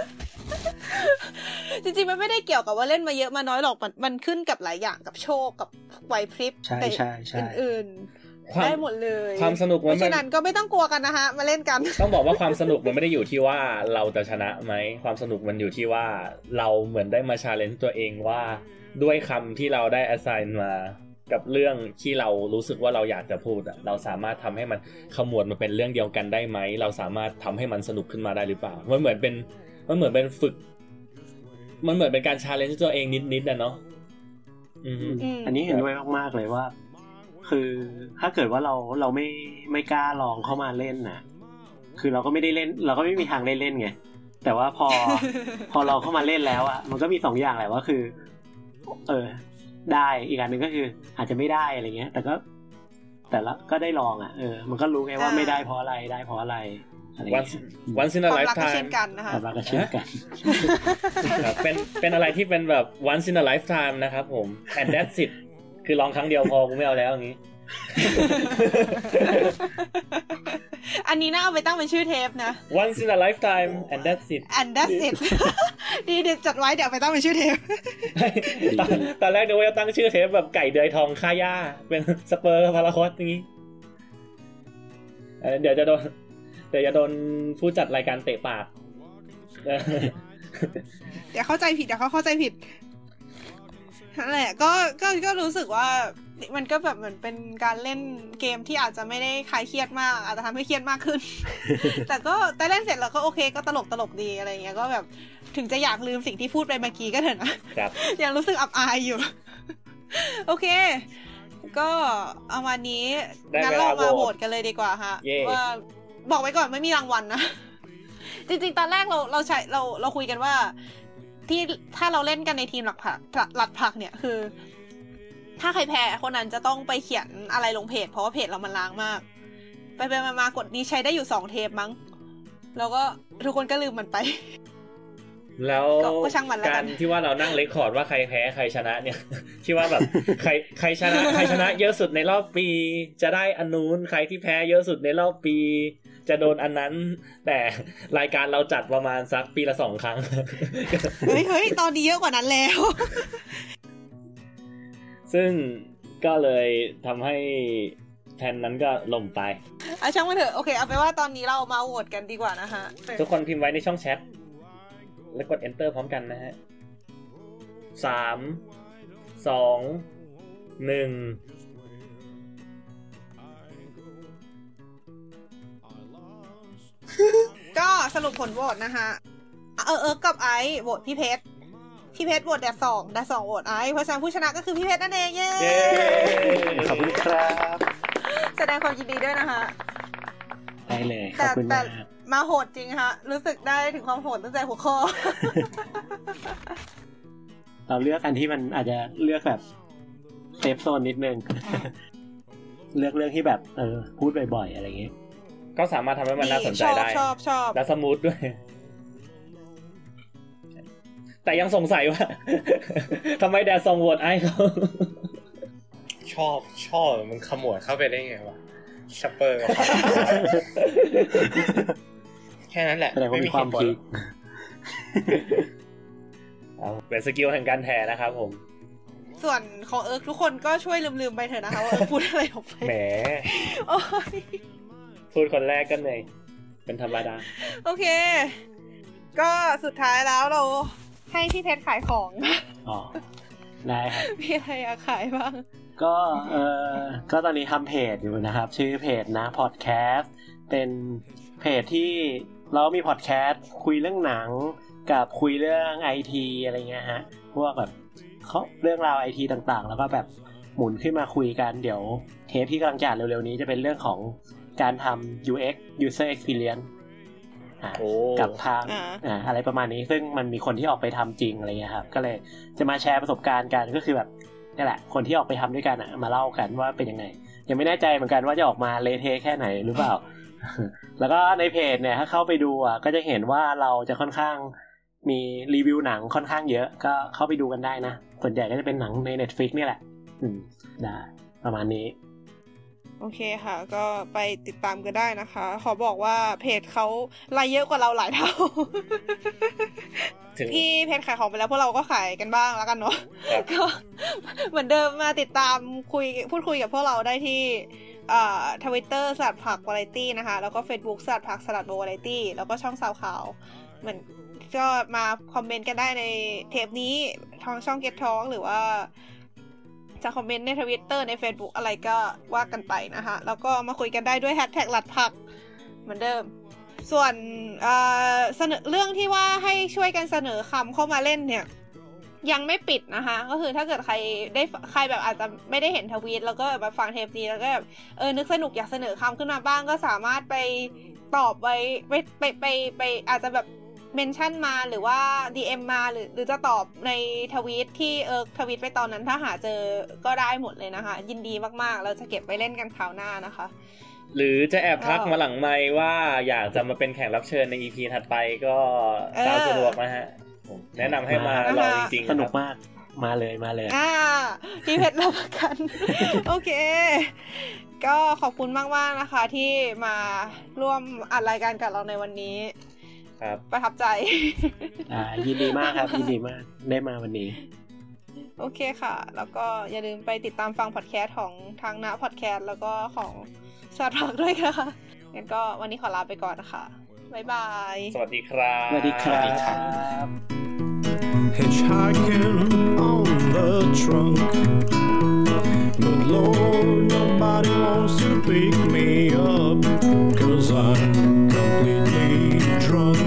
จริงๆมันไม่ได้เกี่ยวกับว่าเล่นมาเยอะมาน้อยหรอกมันขึ้นกับหลายอย่างกับโชคกับไหวพริบอื่นๆได้หมดเลยความสนุกเพราะฉะนั้นก็ไม่ต้องกลัวกันนะฮะมาเล่นกันต้องบอกว่าความสนุกมันไม่ได้อยู่ที่ว่าเราจะชนะไหมความสนุกมันอยู่ที่ว่าเราเหมือนได้มาชาเลนจ์ตัวเองว่าด้วยคำที่เราได้ assign มากับเรื่องที่เรารู้สึกว่าเราอยากจะพูดเราสามารถทำให้มันขมวดมาเป็นเรื่องเดียวกันได้ไหมเราสามารถทำให้มันสนุกขึ้นมาได้หรือเปล่ามันเหมือนเป็นฝึกมันเหมือนเป็นการชาเลนจ์ตัวเองนิดๆนะเนาะอันนี้เห็นด้วยมากๆเลยว่าคือถ้าเกิดว่าเราไม่กล้าลองเข้ามาเล่นน่ะคือเราก็ไม่ได้เล่นเราก็ไม่มีทางได้เล่นไงแต่ว่าพอเราเข้ามาเล่นแล้วอ่ะมันก็มี2 อย่างแหละว่าคือได้อีกอันนึงก็คืออาจจะไม่ได้อะไรเงี้ยแต่ละก็ได้ลองอ่ะมันก็รู้ไงว่าไม่ได้เพราะอะไรได้เพราะอะไร once in a lifetime ความรักก็เช่นกันเป็นอะไรที่เป็นแบบ once in a lifetime นะครับผม and that's it คือลองครั้งเดียวพอกูไม่เอาแล้วอย่างนี้อันนี้น่าเอาไปตั้งเป็นชื่อเทปนะ once in a lifetime and that's it ดีเดี๋ยวจัดไว้เดี๋ยวไปตั้งเป็นชื่อเทปตอนแรกนึกว่าจะตั้งชื่อเทปแบบไก่เดือยทองฆ่าย่าเป็นสเปอร์พาราคอสอย่างนี้เดี๋ยวจะโดนผู้จัดรายการเตะปากเดี๋ยวเข้าใจผิดนั่นแหละก็รู้สึกว่ามันก็แบบเหมือนเป็นการเล่นเกมที่อาจจะไม่ได้คลายเครียดมากอาจจะทำให้เครียดมากขึ้น แต่เล่นเสร็จแล้วก็โอเคก็ตลกดีอะไรเงี้ยก็แบบถึงจะอยากลืมสิ่งที่พูดไปเมื่อกี้ก็เถอะนะยังรู้สึกอับอายอยู่ โอเคก็เอาวันนี้งั้นเรามาโหวตกันเลยดีกว่าฮะว่าบอกไว้ก่อนไม่มีรางวัลนะ จริงๆตอนแรกเราคุยกันว่าที่ถ้าเราเล่นกันในทีมหลักผักเนี่ยคือถ้าใครแพ้คนนั้นจะต้องไปเขียนอะไรลงเพจเพราะว่าเพจเรามันล้างมากไปมากดนี้ใช้ได้อยู่2 เทปมั้งแล้วก็ทุกคนก็ลืมมันไปแล้วการที่ว่าเรานั่งเรคคอร์ดว่าใครแพ้ใครชนะเนี่ยที่ว่าแบบใครชนะเยอะสุดในรอบปีจะได้อันนู้นใครที่แพ้เยอะสุดในรอบปีจะโดนอันนั้นแต่รายการเราจัดประมาณสักปีละ2 ครั้งเฮ้ยตอนนี้เยอะกว่านั้นแล้วซึ่งก็เลยทำให้แผนนั้นก็ล่มไปช่างมันเถอะโอเคเอาไปว่าตอนนี้เรามาโหวตกันดีกว่านะฮะทุกคนพิมพ์ไว้ในช่องแชทแล้วกด enter พร้อมกันนะฮะ3 2 1 ก็สรุปผลโหวตนะฮะกับไอซ์โหวตพี่เพชรโหวตแดด2โหวตไอซ์เพราะฉะนั้นผู้ชนะก็คือพี่เพชรนั่นเองเย้ขอบคุณครับแสดงความยินดีด้วยนะคะได้เลยขอบคุณมากมาโหดจริงฮะรู้สึกได้ถึงความโหดตั้งแต่หัวข้อเราเลือกอันที่มันอาจจะเลือกแบบเซฟโซนนิดนึง เลือกเรื่องที่แบบพูดบ่อยๆอะไรอย่างเงี้ยก็สามารถทำให้มันน่าสนใจได้ชอบและสมูทด้วยแต่ยังสงสัยว่า ทำไมแดดส่งโหวตไอ้เขาชอบมันขมวดเข้าไปได้ไงวะชัปเปอร์แค่นั้นแหละไม่มีความคิดเป็นสกิลแห่งการแทนนะครับผมส่วนของทุกคนก็ช่วยลืมไปเถอะนะคะว่าพูดอะไรออกไปแหมพูดคนแรกกันเลยเป็นธรรมดาโอเคก็สุดท้ายแล้วเราให้พี่เพชรขายของได้ครับมีอะไรอยากขายบ้างก็ตอนนี้ทำเพจอยู่นะครับชื่อเพจนะพอดแคสต์เป็นเพจที่เรามีพอดแคสต์คุยเรื่องหนังกับคุยเรื่อง IT อะไรเงี้ยฮะพวกแบบเรื่องราว IT ต่างๆแล้วก็แบบหมุนขึ้นมาคุยกันเดี๋ยวเทปที่กำลังจะเร็วๆนี้จะเป็นเรื่องของการทำ UX User Experience กับทางอะไรประมาณนี้ซึ่งมันมีคนที่ออกไปทำจริงอะไรเงี้ยครับก็เลยจะมาแชร์ประสบการณ์กันก็คือแบบนี่แหละคนที่ออกไปทำด้วยกันมาเล่ากันว่าเป็นยังไงยังไม่แน่ใจเหมือนกันว่าจะออกมาเละเทะแค่ไหนหรือเปล่า แล้วก็ในเพจเนี่ยถ้าเข้าไปดูก็จะเห็นว่าเราจะค่อนข้างมีรีวิวหนังค่อนข้างเยอะก็เข้าไปดูกันได้นะส่วนใหญ่ก็จะเป็นหนังใน Netflix นี่แหละได้ประมาณนี้โอเคค่ะก็ไปติดตามกันได้นะคะขอบอกว่าเพจเขารายเยอะกว่าเราหลายเท่าที่เพจขายของไปแล้วพวกเราก็ขายกันบ้างแล้วกันเนาะก็เหมือนเดิมมาติดตามพูดคุยกับพวกเราได้ที่Twitter สลัดผักวาไรตี้นะคะแล้วก็ Facebook สลัดผักสลัดโบวาไรตี้แล้วก็ช่องซาวข่าวเหมือนก็มาคอมเมนต์กันได้ในเทปนี้ทางช่อง Get Talk หรือว่าจะคอมเมนต์ใน Twitter ใน Facebook อะไรก็ว่ากันไปนะคะแล้วก็มาคุยกันได้ด้วยแฮชแท็กหลัดผักเหมือนเดิมส่วนเสนอเรื่องที่ว่าให้ช่วยกันเสนอคำเข้ามาเล่นเนี่ยยังไม่ปิดนะคะก็คือถ้าเกิดใครแบบอาจจะไม่ได้เห็นทวีตแล้วก็แบบฟังเทปนี้แล้วก็แบบนึกสนุกอยากเสนอคำขึ้นมาบ้างก็สามารถไปตอบไว้ไปอาจจะแบบเมนชั่นมาหรือว่า DM มาหรือจะตอบในทวีตที่ทวีตไปตอนนั้นถ้าหาเจอก็ได้หมดเลยนะคะยินดีมากๆเราจะเก็บไว้เล่นกันคราวหน้านะคะหรือจะแอบทักมาหลังไมค์ว่าอยากจะมาเป็นแขกรับเชิญใน EP ถัดไปก็ตามสะดวกนะฮะผมแนะนำให้มาลองจริงๆสนุกมากมาเลยพี่เพชรรับประกัน โอเคก็ขอบคุณมากๆนะคะที่มาร่วมอัดรายการกับเราในวันนี้ครับประทับใจยินดีมากครับยินดีมากได้มาวันนี้โอเคค่ะแล้วก็อย่าลืมไปติดตามฟังพอดแคสต์ของทางณพอดแคสต์แล้วก็ของสลัดผักด้วยนะคะงั้นก็วันนี้ขอลาไปก่อนนะคะบ๊ายบายสวัสดีครับสวัสดีครับ Hitchhiking on the trunk But Lord nobody wants to pick me up 'Cause I'm completely drunk